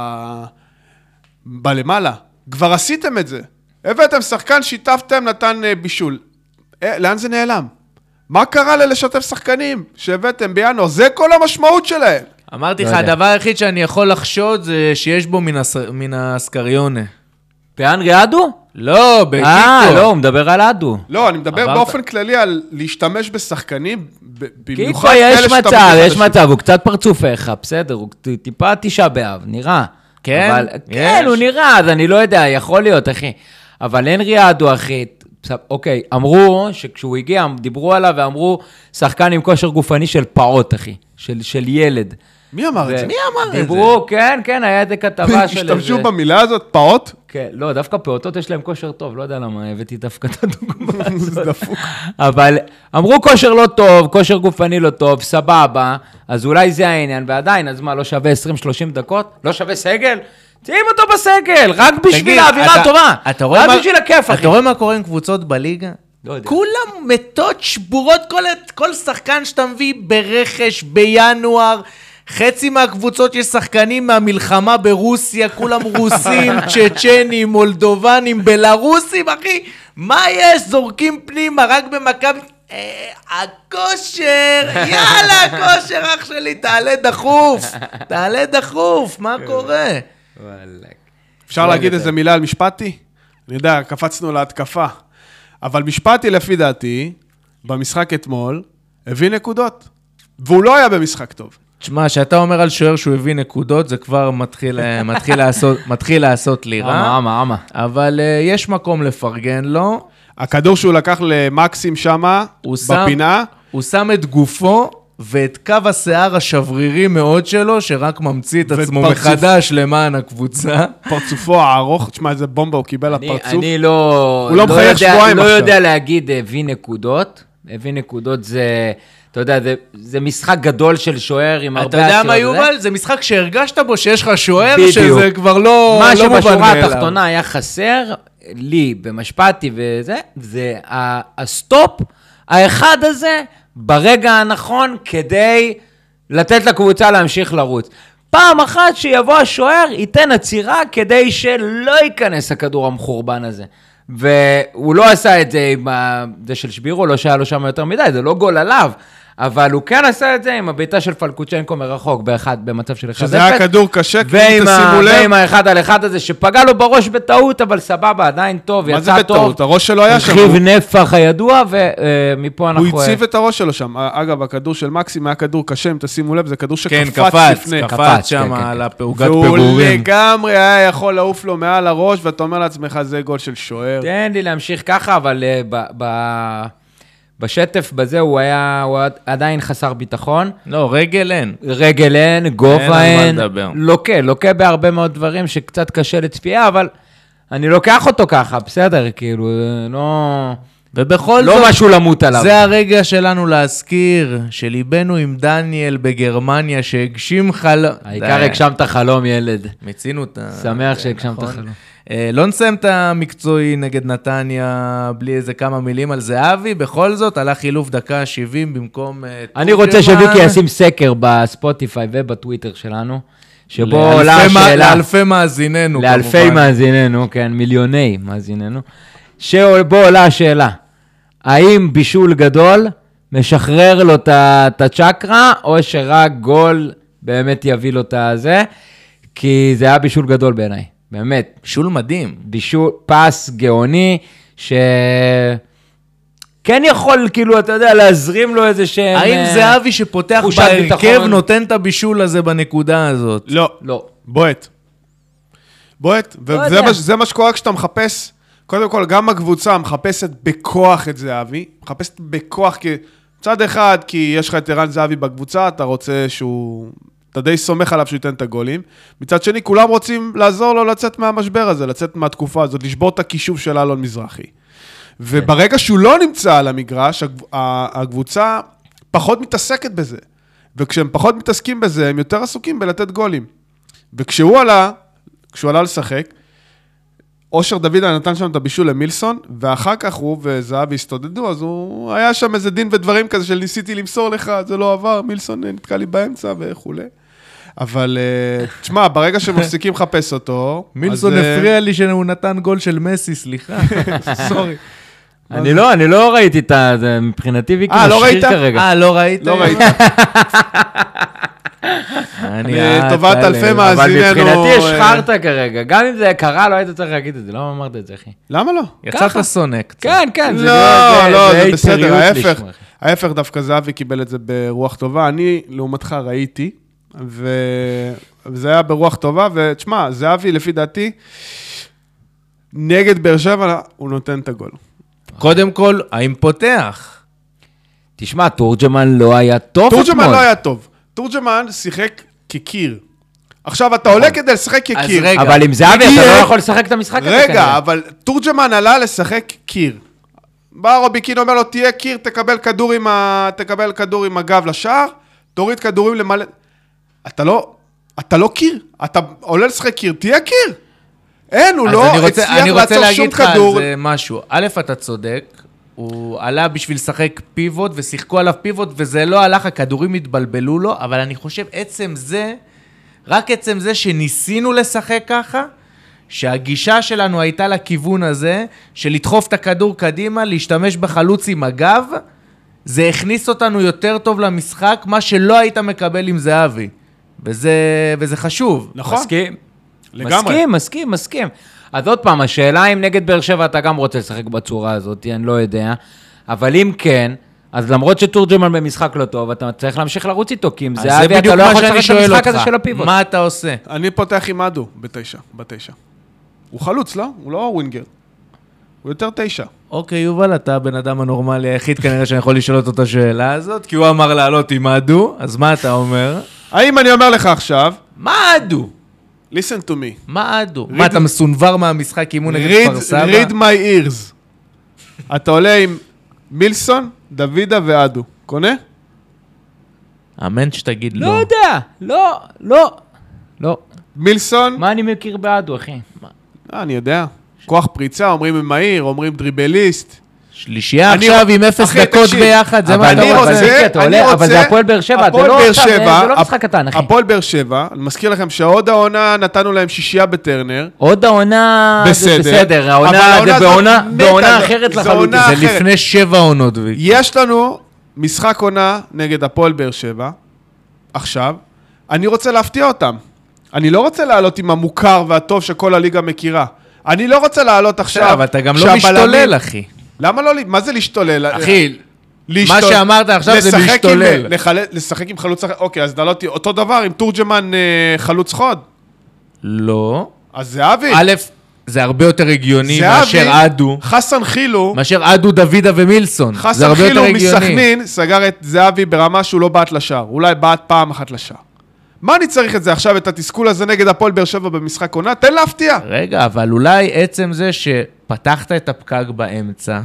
בלמעלה. כבר עשיתם את זה. הבאתם שחקן, שיתפתם, נתן בישול. אה, לאן זה נעלם? מה קרה ללשתף שחקנים שהבאתם בינואר? זה כל המשמעות שלהם. אמרתי לא לך, יודע. הדבר היחיד שאני יכול לחשוד זה שיש בו מן, הס... מן הסקריונה. באנרי אדו? לא, בקיקו. אה, לא, הוא מדבר על אדו. לא, אני מדבר עברת. באופן כללי על להשתמש בשחקנים, ב- קיקו, במיוחד יש כאלה שאתה מצב, מביא יש חדשים. מצב, הוא קצת פרצוף איך, בסדר, הוא ט- טיפה תשעה באב, נראה. כן? אבל, יש. כן, הוא נראה, אז אני לא יודע, יכול להיות, אחי. אבל הנרי אדו, אחי, אוקיי, אמרו שכשהוא הגיע, דיברו עליו ואמרו, שחקן עם כושר גופני של פעוט, אחי, של, של ילד. מי אמר את זה? מי אמר את זה? דיברו, כן, כן, היה איזה כתבה של איזה... השתמשו במילה הזאת, פעוט? כן, לא, דווקא פעוטות יש להם כושר טוב, לא יודע למה הבאתי דווקא את הדוגמה הזאת. זה דפוק. אבל אמרו כושר לא טוב, כושר גופני לא טוב, סבבה, אז אולי זה העניין, ועדיין, אז מה, לא שווה עשרים שלושים דקות? לא שווה סגל? שים אותו בסגל, רק בשביל תגיד, האווירה אתה- הטובה. אתה רואה רק מה- בשביל הכיף, אחי. אתה רואה מה קורה עם קבוצות בליגה? לא יודע. כולם מתות שבורות, כל, כל שחקן שאתה מביא ברכש בינואר, חצי מהקבוצות יש שחקנים מהמלחמה ברוסיה, כולם רוסים, צ'צ'נים, מולדובנים, בלרוסים, אחי, מה יש? זורקים פנימה, רק במכבי... אה, הכושר, יאללה, הכושר, אח שלי, תעלה דחוף, תעלה דחוף, מה קורה? אפשר להגיד איזה מילה על משפטי? אני יודע, קפצנו להתקפה. אבל משפטי, לפי דעתי, במשחק אתמול, הביא נקודות. והוא לא היה במשחק טוב. תשמע, שאתה אומר על שוער שהוא הביא נקודות, זה כבר מתחיל, מתחיל, לעשות, מתחיל לעשות לי רע. אמה, אמה, אמה. אבל uh, יש מקום לפרגן לו. הכדור שהוא לקח למקסים שמה, הוא שם- בפינה, הוא שם את גופו ואת קו השיער השברירי מאוד שלו, שרק ממציא את ואת עצמו פרצוף. מחדש למען הקבוצה. פרצופו הארוך, תשמע, איזה בומבה הוא קיבל אני- לפרצוף. אני לא... הוא לא מחייך יודע- שבועיים לא עכשיו. יודע להגיד הביא נקודות. הביא נקודות זה... אתה יודע, זה, זה משחק גדול של שוער עם הרבה אתה יודע מה, עצירות, יובל? זה משחק שהרגשת בו שיש לך שוער, בדיוק. שזה כבר לא מה לא מובן שבשורה מאליו. התחתונה היה חסר, לי, במשפטי וזה, זה ה- הסטופ, האחד הזה, ברגע הנכון, כדי לתת לקבוצה להמשיך לרוץ. פעם אחת שיבוא השוער, ייתן עצירה, כדי שלא ייכנס הכדור המחורבן הזה. והוא לא עשה את זה עם ה- זה של שבירו, לא שהיה לו שם יותר מדי, זה לא גול עליו. אבל הוא כן עשה את זה עם הביתה של פלקוצ'נקו מרחוק, באחד, במצב של אחד אפס. שזה היה כדור קשה, כי אם ועם, ה... תשימו לב, ועם האחד על אחד הזה, שפגע לו בראש בטעות, אבל סבבה, עדיין טוב, מה זה יצא טוב. בטעות? הראש שלו היה שם. רכיב הוא- נפח הידוע, ומפה אנחנו... הוא הציב את הראש שלו שם. אגב, הכדור של מקסים היה כדור קשה, אם תשימו לב, זה כדור כן, שקפץ קפץ, לפני. קפץ קפץ, שם כן, כן, על כן. הפעוגת והוא פיגורים. לגמרי היה יכול לעוף לו מעל הראש, ואתה אומר לעצמך, זה גול של שוער. תן לי להמשיך ככה, אבל uh, ב... ב... בשטף בזה הוא היה, הוא עדיין חסר ביטחון. לא, רגל אין. רגל אין, אין גובה על מה אין, לדבר. לוקה, לוקה בהרבה מאוד דברים שקצת קשה לצפייה, אבל אני לוקח אותו ככה, בסדר, כאילו, לא, ובכל לא זאת, משהו למות עליו. זה הרגע שלנו להזכיר שליבנו עם דניאל בגרמניה שהגשים חלום. העיקר הגשמת חלום, ילד. מיצינו את ה... שמח שהגשמת נכון. חלום. אה, לא נסיים את המקצועי נגד נתניה בלי איזה כמה מילים על זהבי, בכל זאת עלה חילוף דקה שבעים במקום... אה, אני תורג'מן. רוצה שוויקי ישים סקר בספוטיפיי ובטוויטר שלנו, שבו עולה לאלפי מה- השאלה, לאלפי מאזיננו. לאלפי כמובן. מאזיננו, כן, מיליוני מאזיננו, שבו עולה השאלה, האם בישול גדול משחרר לו את הצ'קרה, או שרק גול באמת יביא לו את הזה, כי זה היה בישול גדול בעיניי, באמת. בישול מדהים. בישול, פס גאוני, ש... כן יכול, כאילו, אתה יודע, להזרים לו איזה שהם... האם זה אבי שפותח בהרכב נותן את הבישול הזה בנקודה הזאת? לא. לא. בועט. בועט, וזה מה שקורה כשאתה מחפש, קודם כל, גם הקבוצה מחפשת בכוח את זהבי, מחפשת בכוח, כי צד אחד, כי יש לך את ערן זהבי בקבוצה, אתה רוצה שהוא... אתה די סומך עליו שהוא ייתן את הגולים. מצד שני, כולם רוצים לעזור לו לצאת מהמשבר הזה, לצאת מהתקופה הזאת, לשבור את הכישוב של אלון מזרחי. וברגע שהוא לא נמצא על המגרש, הקבוצה פחות מתעסקת בזה. וכשהם פחות מתעסקים בזה, הם יותר עסוקים בלתת גולים. וכשהוא עלה, כשהוא עלה לשחק, אושר דוד נתן שם את הבישול למילסון, ואחר כך הוא וזהבי הסתודדו, אז הוא היה שם איזה דין ודברים כזה של ניסיתי למסור לך, זה לא עבר, מילסון נתקע לי באמצע וכו'. אבל, תשמע, ברגע שמפסיקים לחפש אותו... מילסון הפריע לי שהוא נתן גול של מסי, סליחה. סורי. אני לא, אני לא ראיתי את זה, מבחינתי ויקי משחיר כרגע. אה, לא ראית? לא ראית. אני לטובת אלפי מאזיננו... אבל מבחינתי השחרת כרגע, גם אם זה קרה, לא היית צריך להגיד את זה, למה אמרת את זה, אחי? למה לא? יצאת סונא קצת. כן, כן. לא, לא, זה בסדר, ההפך. ההפך דווקא זהבי קיבל את זה ברוח טובה, אני לעומתך ראיתי, וזה היה ברוח טובה, ותשמע, זהבי לפי דעתי, נגד באר שבע, הוא נותן את הגול. קודם כל, האם פותח? תשמע, תורג'מן לא היה טוב אתמול. תורג'מן לא היה טוב. תורג'מן שיחק כקיר. עכשיו, אתה עולה כדי לשחק כקיר. אבל עם זהבי אתה לא יכול לשחק את המשחק הזה. רגע, אבל תורג'מן עלה לשחק קיר. בא רוביקין אומר לו, תהיה קיר, תקבל כדור עם, ה... תקבל כדור עם הגב לשער, תוריד כדורים למלא... אתה לא, אתה לא קיר. אתה עולה לשחק קיר, תהיה קיר. אין, הוא לא הצליח לעצור שום כדור. אני רוצה להגיד לך על זה משהו. א', אתה צודק. הוא עלה בשביל לשחק פיבוט, ושיחקו עליו פיבוט, וזה לא הלך, הכדורים התבלבלו לו, אבל אני חושב, עצם זה, רק עצם זה שניסינו לשחק ככה, שהגישה שלנו הייתה לכיוון הזה, של לדחוף את הכדור קדימה, להשתמש בחלוץ עם הגב, זה הכניס אותנו יותר טוב למשחק, מה שלא היית מקבל עם זהבי. וזה, וזה חשוב. נכון. מסכים. לגמרי. מסכים, מסכים, מסכים. אז עוד פעם, השאלה אם נגד באר שבע אתה גם רוצה לשחק בצורה הזאת, אני לא יודע, אבל אם כן, אז למרות שתורג'מן במשחק לא טוב, אתה צריך להמשיך לרוץ איתו, כי אם זה אבי, אתה לא יכול לשחק את המשחק הזה של הפיבוט. מה אתה עושה? אני פותח עם אדו בתשע, בתשע. הוא חלוץ, לא? הוא לא ווינגר. הוא יותר תשע. אוקיי, יובל, אתה הבן אדם הנורמלי היחיד כנראה שאני יכול לשאול אותו את השאלה הזאת, כי הוא אמר לעלות עם אדו, אז מה אתה אומר? האם אני אומר לך עכשיו? מה אדו? listen to me. מה אדו? מה, אתה מסונבר מהמשחק אימון נגד כפר סבא? read my ears. אתה עולה עם מילסון, דוידה ואדו. קונה? אמן שתגיד לא. לא יודע, לא, לא, לא. מילסון? מה אני מכיר באדו, אחי? אני יודע. כוח פריצה, אומרים עם מהיר, אומרים דריבליסט. שלישייה עכשיו עם אפס דקות ביחד, זה מה אתה רוצה? אבל זה הפועל באר שבע, זה לא משחק קטן, אחי. הפועל באר שבע, אני מזכיר לכם שעוד העונה נתנו להם שישייה בטרנר. עוד העונה זה בסדר, העונה זה בעונה אחרת לחלוטין. זה לפני שבע עונות. יש לנו משחק עונה נגד הפועל באר שבע, עכשיו, אני רוצה להפתיע אותם. אני לא רוצה לעלות עם המוכר והטוב שכל הליגה מכירה. אני לא רוצה לעלות עכשיו. אבל אתה גם לא משתולל, אחי. למה לא? מה זה להשתולל? אחי, מה שאמרת עכשיו זה להשתולל. לשחק עם חלוץ אחר. אוקיי, אז נעלותי אותו דבר עם תורג'מן חלוץ חוד. לא. אז זהבי. א', זה הרבה יותר הגיוני מאשר אדו. חסן חילו. מאשר אדו, דוידה ומילסון. חסן חילו מסכנין סגר את זהבי ברמה שהוא לא בעט לשער. אולי בעט פעם אחת לשער. מה אני צריך את זה עכשיו, את התסכול הזה נגד הפועל באר שבע במשחק עונה? תן להפתיע. רגע, אבל אולי עצם זה שפתחת את הפקק באמצע.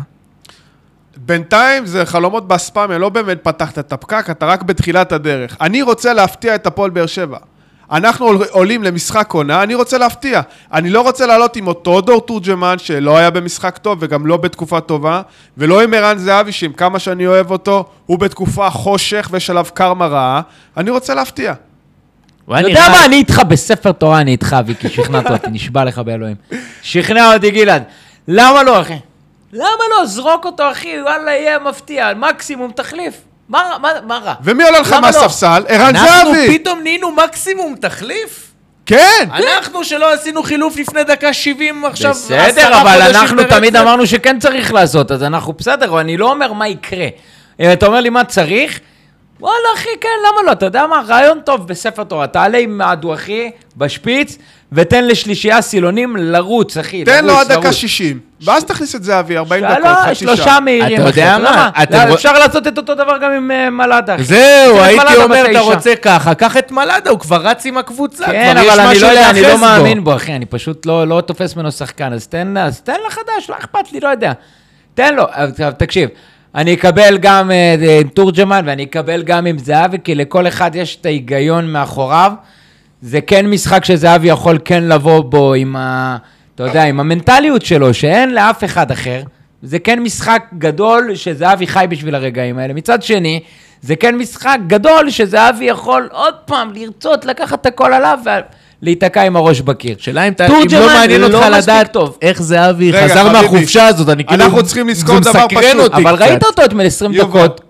בינתיים זה חלומות בספאמיה, לא באמת פתחת את הפקק, אתה רק בתחילת הדרך. אני רוצה להפתיע את הפועל באר שבע. אנחנו עולים למשחק עונה, אני רוצה להפתיע. אני לא רוצה לעלות עם אותו דור תורג'מן, שלא היה במשחק טוב וגם לא בתקופה טובה, ולא עם ערן זהבי, שעם כמה שאני אוהב אותו, הוא בתקופה חושך ושלב קרמה רעה. אני רוצה להפתיע. אתה יודע מה, אני איתך בספר תורה, אני איתך, ויקי, שכנעת אותי, נשבע לך באלוהים. שכנע אותי, גלעד. למה לא, אחי? למה לא? זרוק אותו, אחי, וואלה, יהיה מפתיע, מקסימום תחליף. מה, מה, מה רע? ומי עולה לך מהספסל? ערן זהבי. אנחנו פתאום נהיינו מקסימום תחליף? כן. אנחנו שלא עשינו חילוף לפני דקה שבעים, עכשיו בסדר, אבל אנחנו תמיד אמרנו שכן צריך לעשות, אז אנחנו בסדר, אני לא אומר מה יקרה. אתה אומר לי מה צריך? וואלה, אחי, כן, למה לא? אתה יודע מה? רעיון טוב בספר תורה. תעלה עם הדו, אחי, בשפיץ, ותן לשלישייה סילונים לרוץ, אחי. תן לו עד דקה שישים, ואז תכניס את זהבי, ארבעים דקות, חצי שעה. שלושה מהירים. אתה יודע מה? אפשר לעשות את אותו דבר גם עם מלאדה. זהו, הייתי אומר, אתה רוצה ככה, קח את מלאדה, הוא כבר רץ עם הקבוצה. כן, אבל אני לא יודע, אני לא מאמין בו, אחי, אני פשוט לא תופס ממנו שחקן, אז תן לחדש, לא אכפת לי, לא יודע. תן לו, תקשיב. אני אקבל גם עם תורג'מן, ואני אקבל גם עם זהבי, כי לכל אחד יש את ההיגיון מאחוריו. זה כן משחק שזהבי יכול כן לבוא בו עם ה... אתה יודע, עם המנטליות שלו, שאין לאף אחד אחר. זה כן משחק גדול שזהבי חי בשביל הרגעים האלה. מצד שני, זה כן משחק גדול שזהבי יכול עוד פעם לרצות לקחת את הכל עליו ולהיתקע עם הראש בקיר. שאלה אם לא מעניין אותך לדעת איך זהבי חזר מהחופשה הזאת, אני כאילו... אנחנו צריכים לזכור דבר פשוט. אבל ראית אותו אתמול עשרים דקות.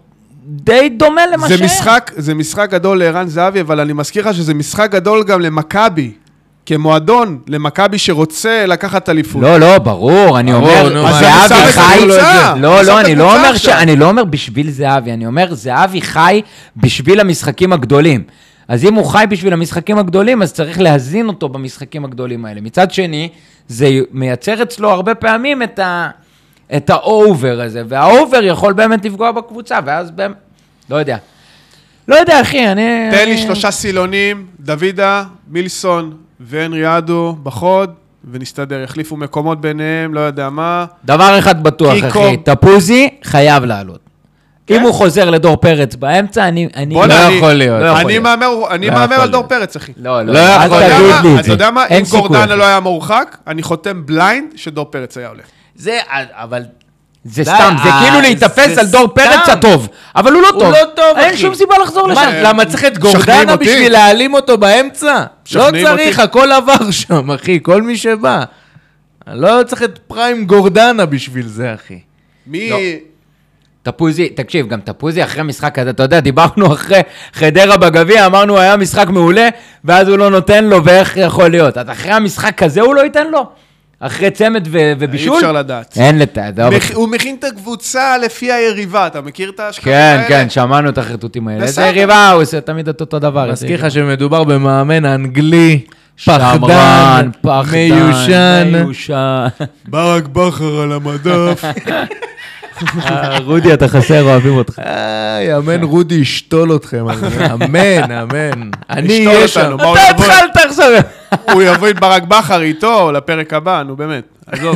די דומה למה זה משחק, זה משחק גדול לערן זהבי, אבל אני מזכיר לך שזה משחק גדול גם למכבי. כמועדון, למכבי שרוצה לקחת אליפות. לא, לא, ברור, אני אומר, זהבי חי, לא, לא, אני לא אומר, אני לא אומר בשביל זהבי, אני אומר, זהבי חי בשביל המשחקים הגדולים. אז אם הוא חי בשביל המשחקים הגדולים, אז צריך להזין אותו במשחקים הגדולים האלה. מצד שני, זה מייצר אצלו הרבה פעמים את ה... את האובר הזה, והאובר יכול באמת לפגוע בקבוצה, ואז באמת, לא יודע. לא יודע, אחי, אני... תן לי שלושה סילונים, דוידה, מילסון והנרי אדו בחוד, ונסתדר, יחליפו מקומות ביניהם, לא יודע מה. דבר אחד בטוח, אחי, תפוזי חייב לעלות. אם הוא חוזר לדור פרץ באמצע, אני... לא יכול להיות. אני מאמר על דור פרץ, אחי. לא, לא, אל תגיד לי את זה. אתה יודע מה, אם גורדנה לא היה מורחק, אני חותם בליינד שדור פרץ היה הולך. זה, אבל... זה סתם, זה כאילו להתאפס על דור פרץ הטוב, אבל הוא לא טוב. הוא לא טוב, אחי. אין שום סיבה לחזור לשם. למה צריך את גורדנה בשביל להעלים אותו באמצע? לא צריך, הכל עבר שם, אחי, כל מי שבא. לא צריך את פריים גורדנה בשביל זה, אחי. מי... תפוזי, תקשיב, גם תפוזי אחרי משחק כזה, אתה יודע, דיברנו אחרי חדרה בגביע, אמרנו, היה משחק מעולה, ואז הוא לא נותן לו, ואיך יכול להיות? אז אחרי המשחק כזה הוא לא ייתן לו? אחרי צמד ובישול? אי אפשר לדעת. אין לתת. הוא מכין את הקבוצה לפי היריבה, אתה מכיר את ההשקעות האלה? כן, כן, שמענו את החרטוטים האלה. איזה יריבה, הוא עושה תמיד את אותו דבר. מזכיר לך שמדובר במאמן אנגלי, פחדן, מיושן. ברק בכר על המדף. רודי, אתה חסר, אוהבים אותך. אמן רודי ישתול אתכם. אמן, אמן. אני אהיה שם. אתה התחלת עכשיו. הוא יבוא את ברק בכר איתו לפרק הבא, נו באמת. עזוב.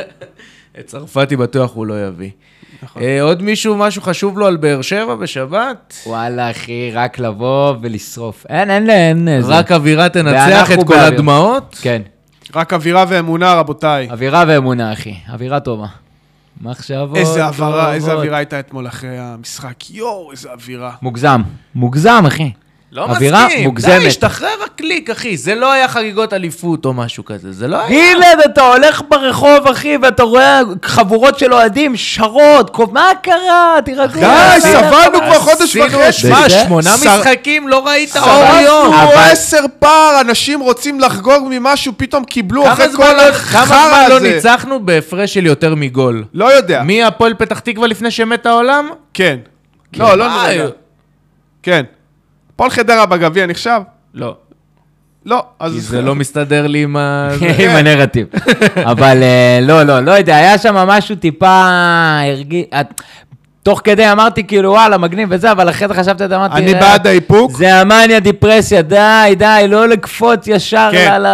את צרפתי בטוח הוא לא יביא. עוד מישהו, משהו חשוב לו על באר שבע בשבת? וואלה, אחי, רק לבוא ולשרוף. אין, אין, אין. רק אווירה תנצח את כל הדמעות? כן. רק אווירה ואמונה, רבותיי. אווירה ואמונה, אחי. אווירה טובה. מחשבות. איזה אווירה, איזה אווירה הייתה אתמול אחרי המשחק. יואו, איזה אווירה. מוגזם. מוגזם, אחי. לא מסכים. די, השתחרר הקליק, אחי. זה לא היה חגיגות אליפות או משהו כזה. זה לא היה. גילד, אתה הולך ברחוב, אחי, ואתה רואה חבורות של אוהדים, שרות, מה קרה? תירגעו. די, סבלנו כבר חודש וחצי. מה, שמונה משחקים? לא ראית אור יום. סבלנו עשר פער, אנשים רוצים לחגוג ממשהו, פתאום קיבלו אחרי כל החרא הזה. כמה זמן לא ניצחנו בהפרש של יותר מגול? לא יודע. מי הפועל פתח תקווה לפני שמת העולם? כן. לא, לא נראה. כן. פועל חדרה בגביע נחשב? לא. לא, אז... כי זה לא מסתדר לי עם ה... עם הנרטיב. אבל לא, לא, לא יודע, היה שם משהו טיפה הרגיש... תוך כדי אמרתי כאילו וואלה מגניב וזה, אבל אחרי זה חשבתי, אמרתי... אני בעד האיפוק. זה המניה דיפרסיה, די, די, לא לקפוץ ישר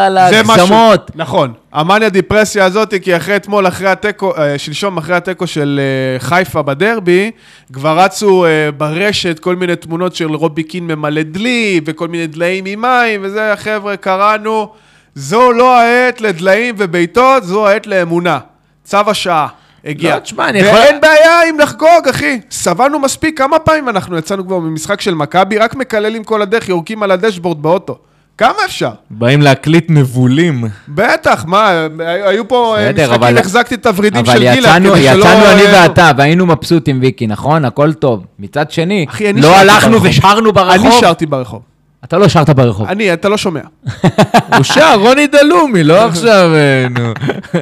לגזמות. נכון, המניה דיפרסיה הזאת, כי אחרי אתמול, אחרי הטקו, שלשום אחרי הטקו של חיפה בדרבי, כבר רצו ברשת כל מיני תמונות של רובי קין ממלא דלי, וכל מיני דליים עם מים, וזה, חבר'ה, קראנו, זו לא העת לדליים וביתות, זו העת לאמונה. צו השעה. הגיע. לא, תשמע, אני יכול... ואין בעיה עם לחגוג, אחי. סבלנו מספיק. כמה פעמים אנחנו יצאנו כבר ממשחק של מכבי, רק מקללים כל הדרך, יורקים על הדשבורד באוטו. כמה אפשר? באים להקליט נבולים. בטח, מה, היו פה בסדר, משחקים, אבל- החזקתי את הוורידים של אבל גילה, יצאנו, כדי שלא... יצאנו אני אה, ואתה, והיינו מבסוטים ויקי, נכון? הכל טוב. מצד שני, אחי, אני לא שרתי הלכנו ברחוב. ושרנו ברחוב. אני שרתי ברחוב. אתה לא שרת ברחוב. אני, אתה לא שומע. הוא שר, רוני דלומי, לא עכשיו, אה, נו,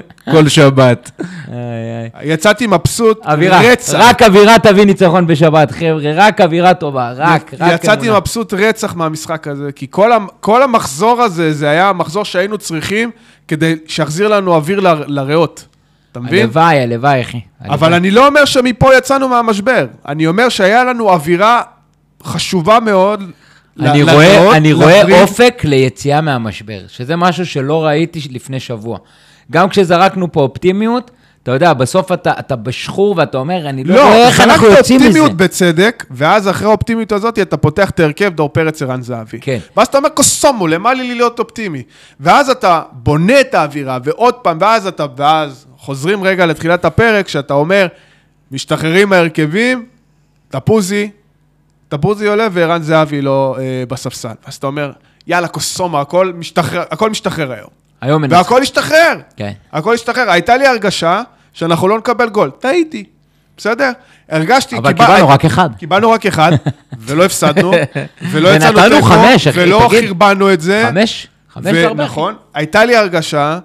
כל שבת. איי, איי. יצאתי מבסוט, אווירה, רצח. רק אווירה תביא ניצחון בשבת, חבר'ה, רק אווירה טובה, רק, רק יצאתי אמונה. מבסוט רצח מהמשחק הזה, כי כל, המ, כל המחזור הזה, זה היה המחזור שהיינו צריכים כדי שיחזיר לנו אוויר ל, לריאות. אתה מבין? הלוואי, הלוואי, אחי. אבל אני לא אומר שמפה יצאנו מהמשבר. אני אומר שהיה לנו אווירה חשובה מאוד. אני ל- רואה, לריאות, אני רואה לווריד. אופק ליציאה מהמשבר, שזה משהו שלא ראיתי לפני שבוע. גם כשזרקנו פה אופטימיות, אתה יודע, בסוף אתה, אתה בשחור ואתה אומר, אני לא, לא, רואה איך אנחנו חלקת יוצאים מזה. אופטימיות בצדק, ואז אחרי האופטימיות הזאת אתה פותח את הרכב דור פרץ ערן זהבי. כן. ואז אתה אומר, קוסומו, למה לי להיות אופטימי? ואז אתה בונה את האווירה, ועוד פעם, ואז אתה, ואז חוזרים רגע לתחילת הפרק, שאתה אומר, משתחררים מהרכבים, תפוזי, תפוזי עולה וערן זהבי לא אה, בספסל. אז אתה אומר, יאללה, קוסומו, הכל משתחרר, הכל משתחרר היום. היום מנצח. והכל השתחרר. כן. הכל השתחרר. הייתה לי הרגשה שאנחנו לא נקבל גול. טעיתי. בסדר? הרגשתי... אבל קיבל- קיבלנו רק אחד. קיבלנו רק אחד, ולא הפסדנו, ולא יצאנו ונתנו חמש, אחי, ולא תגיד. חרבנו את זה. חמש? חמש זה הרבה. נכון. הייתה לי הרגשה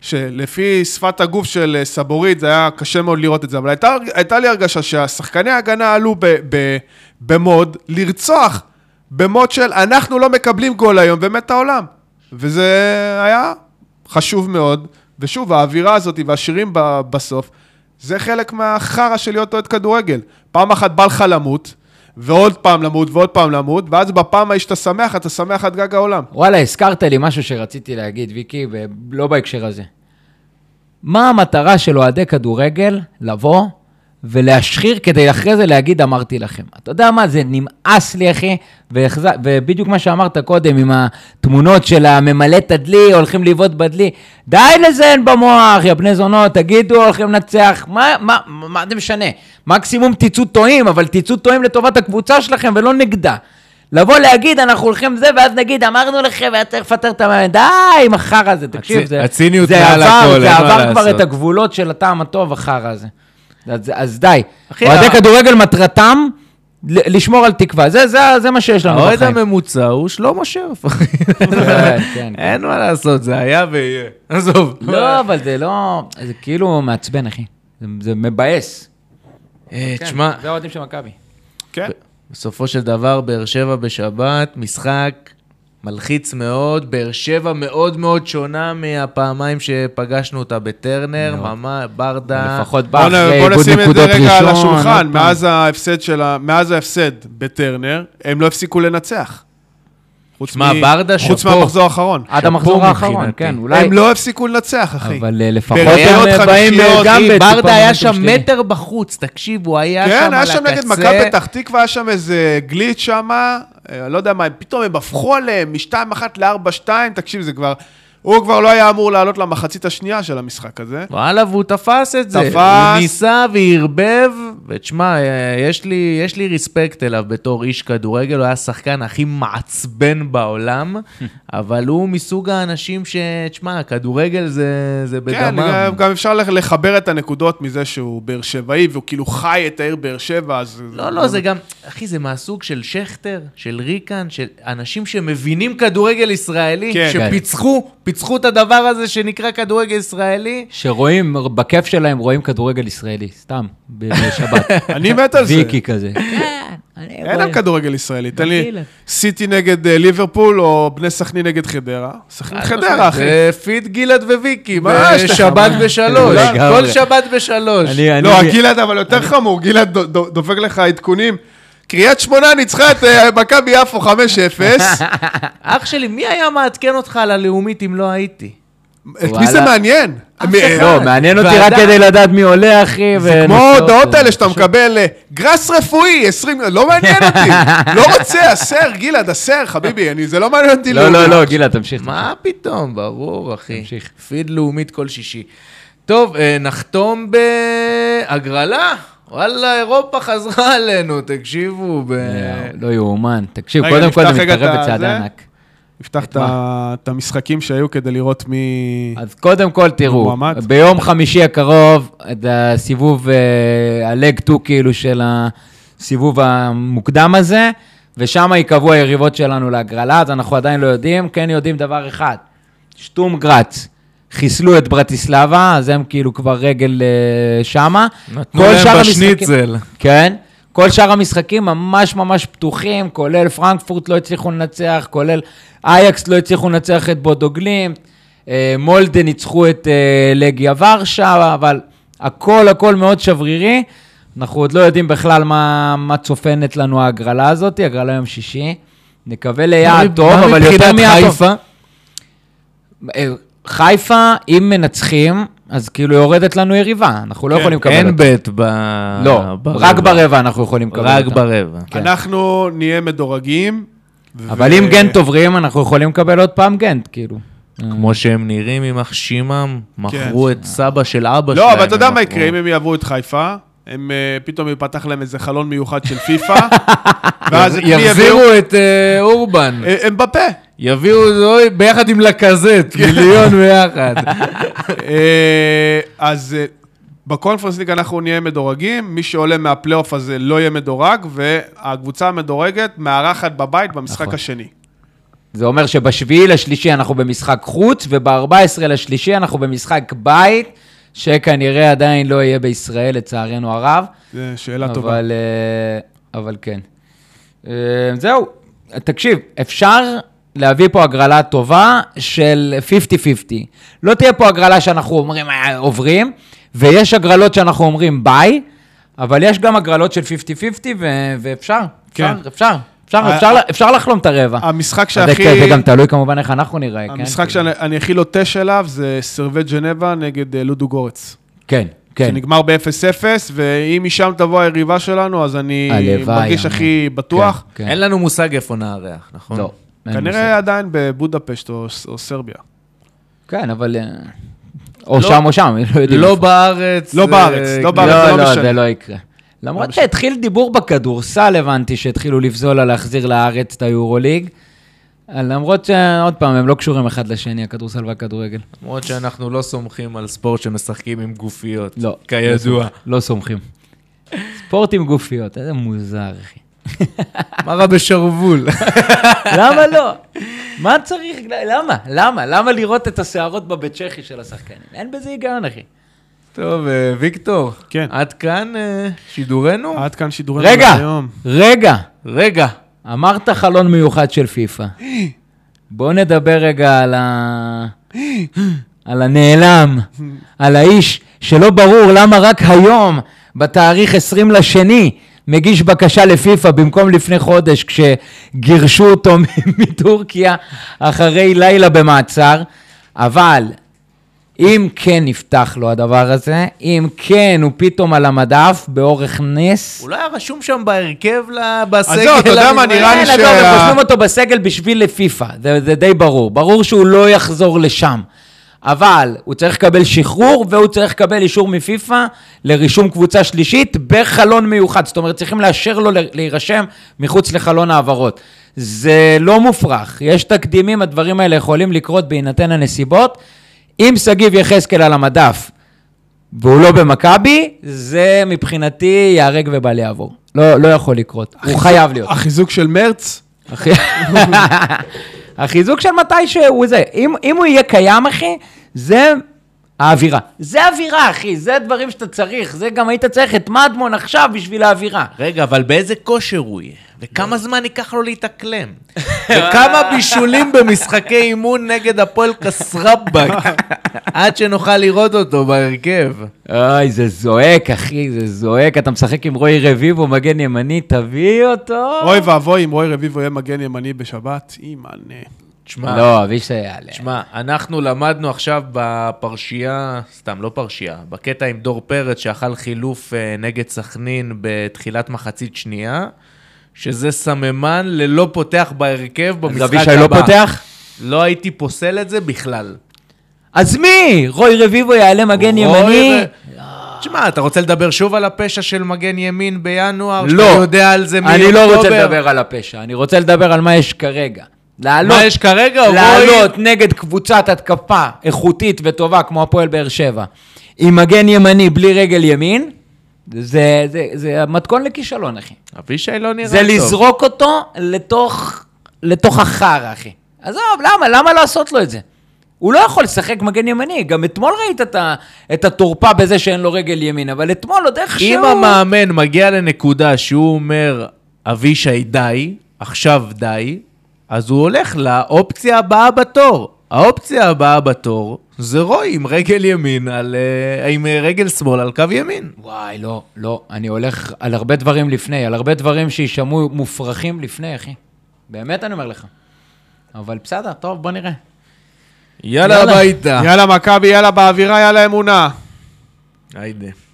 שלפי שפת הגוף של סבורית, זה היה קשה מאוד לראות את זה, אבל הייתה, הייתה לי הרגשה שהשחקני ההגנה עלו ב, ב, במוד לרצוח, במוד של אנחנו לא מקבלים גול היום ומת העולם. וזה היה חשוב מאוד, ושוב, האווירה הזאת והשירים ב- בסוף, זה חלק מהחרה של להיות אוהד כדורגל. פעם אחת בא לך למות, ועוד פעם למות, ועוד פעם למות, ואז בפעם ההיא שאתה שמח, אתה שמח עד גג העולם. וואלה, הזכרת לי משהו שרציתי להגיד, ויקי, ולא בהקשר הזה. מה המטרה של אוהדי כדורגל לבוא ולהשחיר כדי אחרי זה להגיד אמרתי לכם? אתה יודע מה, זה נמאס לי, אחי, והחז... ובדיוק מה שאמרת קודם, עם התמונות של הממלא תדלי, הולכים לבעוט בדלי, די לזיין במוח, יא בני זונות, תגידו, הולכים לנצח, מה, מה, מה זה משנה? מקסימום תצאו טועים, אבל תצאו טועים לטובת הקבוצה שלכם ולא נגדה. לבוא להגיד, אנחנו הולכים זה, ואז נגיד, אמרנו לכם, והיה צריך לפטר את המאמן, די, עם החר הזה, תקשיב, זה, הציניות זה מעל עבר, הכל, זה אין מה עבר כבר לעשות. את הגבולות של הטעם הטוב, החר הזה. אז, אז די, אחי, אוהדי ה- כדורגל מטרתם, ל- לשמור על תקווה, זה, זה, זה מה שיש לנו האוהד בחיים. הממוצע הוא שלמה שרף, אחי. כן, כן. אין מה לעשות, זה היה ויהיה. עזוב. לא, אבל זה לא, זה כאילו מעצבן, אחי. זה, זה מבאס. אה, תשמע, זה האוהדים של מכבי. כן. בסופו של דבר, באר שבע בשבת, משחק מלחיץ מאוד, באר שבע מאוד מאוד שונה מהפעמיים שפגשנו אותה בטרנר, מאוד. ממש ברדה. לפחות בא בוא, אחרי נ, בוא איבוד נשים את זה נקודות רגע על ראשון. השולחן, עוד פעם. מאז ההפסד, של ה... מאז ההפסד בטרנר, הם לא הפסיקו לנצח. חוץ שמע, מ- ברדה חוץ שאפו. מהמחזור האחרון. עד שאפו המחזור האחרון, מבחינתי. כן, אולי, הם לא הפסיקו לנצח, אחי. אבל אה, לפחות בראיות הם באים חמישיות, גם אחי, בטיפה ברדה היה מומנטום שם שלילי. מטר בחוץ, תקשיב, הוא היה כן, שם היה על שם נגד מכבי הקצה. פתח תקווה, היה שם איזה גליץ' שם, אה, לא יודע מה, פתאום הם הפכו עליהם, מ-שתיים אחת ל-ארבע שתיים, תקשיב, זה כבר, הוא כבר לא היה אמור לעלות למחצית השנייה של המשחק הזה. וואלה, והוא תפס את זה. תפס. הוא ניסה והרבב, ותשמע, יש לי, יש לי ריספקט אליו בתור איש כדורגל, הוא היה השחקן הכי מעצבן בעולם, אבל הוא מסוג האנשים ש... תשמע, כדורגל זה, זה כן, בדמם. גם- גם אפשר לחבר את הנקודות מזה שהוא באר שבעי, והוא כאילו חי את העיר באר שבע, אז... לא, לא, זה גם, אחי, זה מהסוג של שכטר, של ריקן, של אנשים שמבינים כדורגל ישראלי, כן. שפיצחו, פיצחו את הדבר הזה שנקרא כדורגל ישראלי. שרואים, בכיף שלהם רואים כדורגל ישראלי, סתם, ב- בשבת. אני מת על זה. ויקי כזה. אין להם כדורגל ישראלי, תן לי מגעיל. סיטי נגד אה, ליברפול, או בני סכנין נגד חדרה. סכנין חדרה, אחי. זה פיד גילד וויקי, מה יש לך? בשבת בשלוש, לגמרי. כל שבת בשלוש. אני- אני- לא, גלעד, אבל יותר חמור, גלעד ד- ד- דופק לך עדכונים. קריית שמונה ניצחה את אה, מכבי יפו חמש אפס. אח שלי, מי היה מעדכן אותך על הלאומית אם לא הייתי? את מי וואלה. זה מעניין? מ- לא, מעניין אותי רק ועדיין- כדי לדעת מי עולה, אחי. זה כמו ההודעות האלה שאתה מקבל, אה, גרס רפואי, עשרים, לא מעניין אותי. לא רוצה, הסר, גלעד, הסר, חביבי, אני- זה לא מעניין אותי. לא, לא, לא, גילה, תמשיך. מה פתאום, ברור, אחי. תמשיך. פיד לאומית כל שישי. טוב, אה, נחתום בהגרלה. וואלה, אירופה חזרה עלינו, תקשיבו. ב... לא יאומן. תקשיב, רגע, קודם כל נפתח זה רגע מתקרב את בצעדי הזה. ענק. נפתח את המשחקים שהיו כדי לראות מי... אז קודם כל תראו, מועמד. ביום חמישי הקרוב, את הסיבוב, הלג טו כאילו של הסיבוב המוקדם הזה, ושם יקבעו היריבות שלנו להגרלה, אז אנחנו עדיין לא יודעים, כן יודעים דבר אחד, שטום גרץ, חיסלו את ברטיסלבה, אז הם כאילו כבר רגל שמה. נתנו להם בשניצל. כן. כל שאר המשחקים ממש ממש פתוחים, כולל פרנקפורט לא הצליחו לנצח, כולל אייקס לא הצליחו לנצח את בודוגלים, מולדה ניצחו את לגיה ורשה, אבל הכל הכל מאוד שברירי. אנחנו עוד לא יודעים בכלל מה, מה צופנת לנו ההגרלה הזאת, הגרלה יום שישי. נקווה ליעד טוב, אבל יותר מיעד טוב. חיפה, אם מנצחים, אז כאילו יורדת לנו יריבה, אנחנו לא יכולים לקבל אותה. אין בית ב... לא, רק ברבע אנחנו יכולים לקבל אותה. רק ברבע. אנחנו נהיה מדורגים. אבל אם גנט עוברים, אנחנו יכולים לקבל עוד פעם גנט, כאילו. כמו שהם נראים עם אחימם, מכרו את סבא של אבא שלהם. לא, אבל אתה יודע מה יקרה, אם הם יעברו את חיפה, הם פתאום יפתח להם איזה חלון מיוחד של פיפה, ואז יחזירו את אורבן. הם בפה. יביאו ביחד עם לקזט, מיליון ביחד. אז בקונפרנס ליג אנחנו נהיה מדורגים, מי שעולה מהפלייאוף הזה לא יהיה מדורג, והקבוצה המדורגת מארחת בבית במשחק השני. זה אומר שבשביעי לשלישי אנחנו במשחק חוץ, וב-ארבע עשרה לשלישי אנחנו במשחק בית, שכנראה עדיין לא יהיה בישראל, לצערנו הרב. זו שאלה טובה. אבל, אבל כן. זהו, תקשיב, אפשר להביא פה הגרלה טובה של חמישים חמישים. לא תהיה פה הגרלה שאנחנו אומרים, עוברים, ויש הגרלות שאנחנו אומרים ביי, אבל יש גם הגרלות של חמישים חמישים, ואפשר, כן. אפשר, אפשר. אפשר, אפשר, אפשר לחלום את הרבע. המשחק שהכי... זה גם תלוי כמובן איך אנחנו נראה, כן? המשחק שאני הכי לוטש אליו זה סרבי ג'נבה נגד לודו גורץ. כן, כן. שנגמר ב-אפס אפס, ואם משם תבוא היריבה שלנו, אז אני מרגיש הכי בטוח. אין לנו מושג איפה נארח, נכון? לא. כנראה עדיין בבודפשט או סרביה. כן, אבל... או שם או שם, לא יודעים. לא בארץ. לא בארץ, לא בארץ, זה לא משנה. זה לא יקרה. למרות שהתחיל דיבור בכדורסל, הבנתי שהתחילו לפזול על להחזיר לארץ את היורוליג, למרות שעוד פעם, הם לא קשורים אחד לשני, הכדורסל והכדורגל. למרות שאנחנו לא סומכים על ספורט שמשחקים עם גופיות. לא. כידוע. לא סומכים. ספורט עם גופיות, איזה מוזר, אחי. מה רע בשרוול? למה לא? מה צריך? למה? למה? למה לראות את השערות בבית צ'כי של השחקנים? אין בזה היגיון, אחי. טוב, ויקטור, כן. עד כאן שידורנו? עד כאן שידורנו רגע, היום. רגע, רגע. אמרת חלון מיוחד של פיפה. בוא נדבר רגע על ה... על הנעלם, על האיש שלא ברור למה רק היום, בתאריך עשרים לשני, מגיש בקשה לפיפה במקום לפני חודש, כשגירשו אותו מטורקיה אחרי לילה במעצר, אבל... אם כן נפתח לו הדבר הזה, אם כן הוא פתאום על המדף באורך נס. הוא לא היה רשום שם בהרכב בסגל. אז זהו, אתה יודע מה, נראה לי ש... הם רושמים אותו בסגל בשביל לפיפה, זה, זה די ברור. ברור שהוא לא יחזור לשם. אבל הוא צריך לקבל שחרור, והוא צריך לקבל אישור מפיפה לרישום קבוצה שלישית בחלון מיוחד. זאת אומרת, צריכים לאשר לו להירשם מחוץ לחלון העברות. זה לא מופרך. יש תקדימים, הדברים האלה יכולים לקרות בהינתן הנסיבות. אם סגיב יחזקאל על המדף, והוא לא במכבי, זה מבחינתי יהרג ובל יעבור. לא, לא יכול לקרות. הוא חייב להיות. החיזוק של מרץ? החיזוק של מתי שהוא זה. אם, אם הוא יהיה קיים, אחי, זה האווירה. זה האווירה, אחי. זה הדברים שאתה צריך. זה גם היית צריך את מדמון עכשיו בשביל האווירה. רגע, אבל באיזה כושר הוא יהיה? וכמה זמן ייקח לו להתאקלם? וכמה בישולים במשחקי אימון נגד הפועל קסרבק? עד שנוכל לראות אותו בהרכב. אוי, זה זועק, אחי, זה זועק. אתה משחק עם רוי רביבו, מגן ימני, תביא אותו. אוי ואבוי, אם רוי רביבו יהיה מגן ימני בשבת, אימא'נה. תשמע, לא, אביש זה יעלה. תשמע, אנחנו למדנו עכשיו בפרשייה, סתם לא פרשייה, בקטע עם דור פרץ שאכל חילוף נגד סכנין בתחילת מחצית שנייה, שזה סממן ללא פותח בהרכב במשחק הבא. אביש לא פותח? לא הייתי פוסל את זה בכלל. אז מי? רוי רביבו יעלה מגן ימני? תשמע, אתה רוצה לדבר שוב על הפשע של מגן ימין בינואר? לא. שאתה יודע על זה מאוקטובר? אני לא רוצה לדבר על הפשע, אני רוצה לדבר על מה יש כרגע. לעלות, מה יש כרגע? לעלות נגד קבוצת התקפה איכותית וטובה כמו הפועל באר שבע, עם מגן ימני בלי רגל ימין, זה, זה, זה מתכון לכישלון, אחי. אבישי לא נראה זה טוב. לזרוק אותו לתוך, לתוך החר, אחי. עזוב, למה? למה לעשות לו את זה? הוא לא יכול לשחק מגן ימני, גם אתמול ראית את, ה, את התורפה בזה שאין לו רגל ימין, אבל אתמול עוד איכשהו... אם המאמן מגיע לנקודה שהוא אומר, אבישי די, עכשיו די, אז הוא הולך לאופציה הבאה בתור. האופציה הבאה בתור זה רוי עם רגל ימין, על, עם רגל שמאל על קו ימין. וואי, לא, לא, אני הולך על הרבה דברים לפני, על הרבה דברים שישמעו מופרכים לפני, אחי. באמת אני אומר לך. אבל בסדר, טוב, בוא נראה. יאללה הביתה. יאללה מכבי, יאללה באווירה, יאללה אמונה. היידה.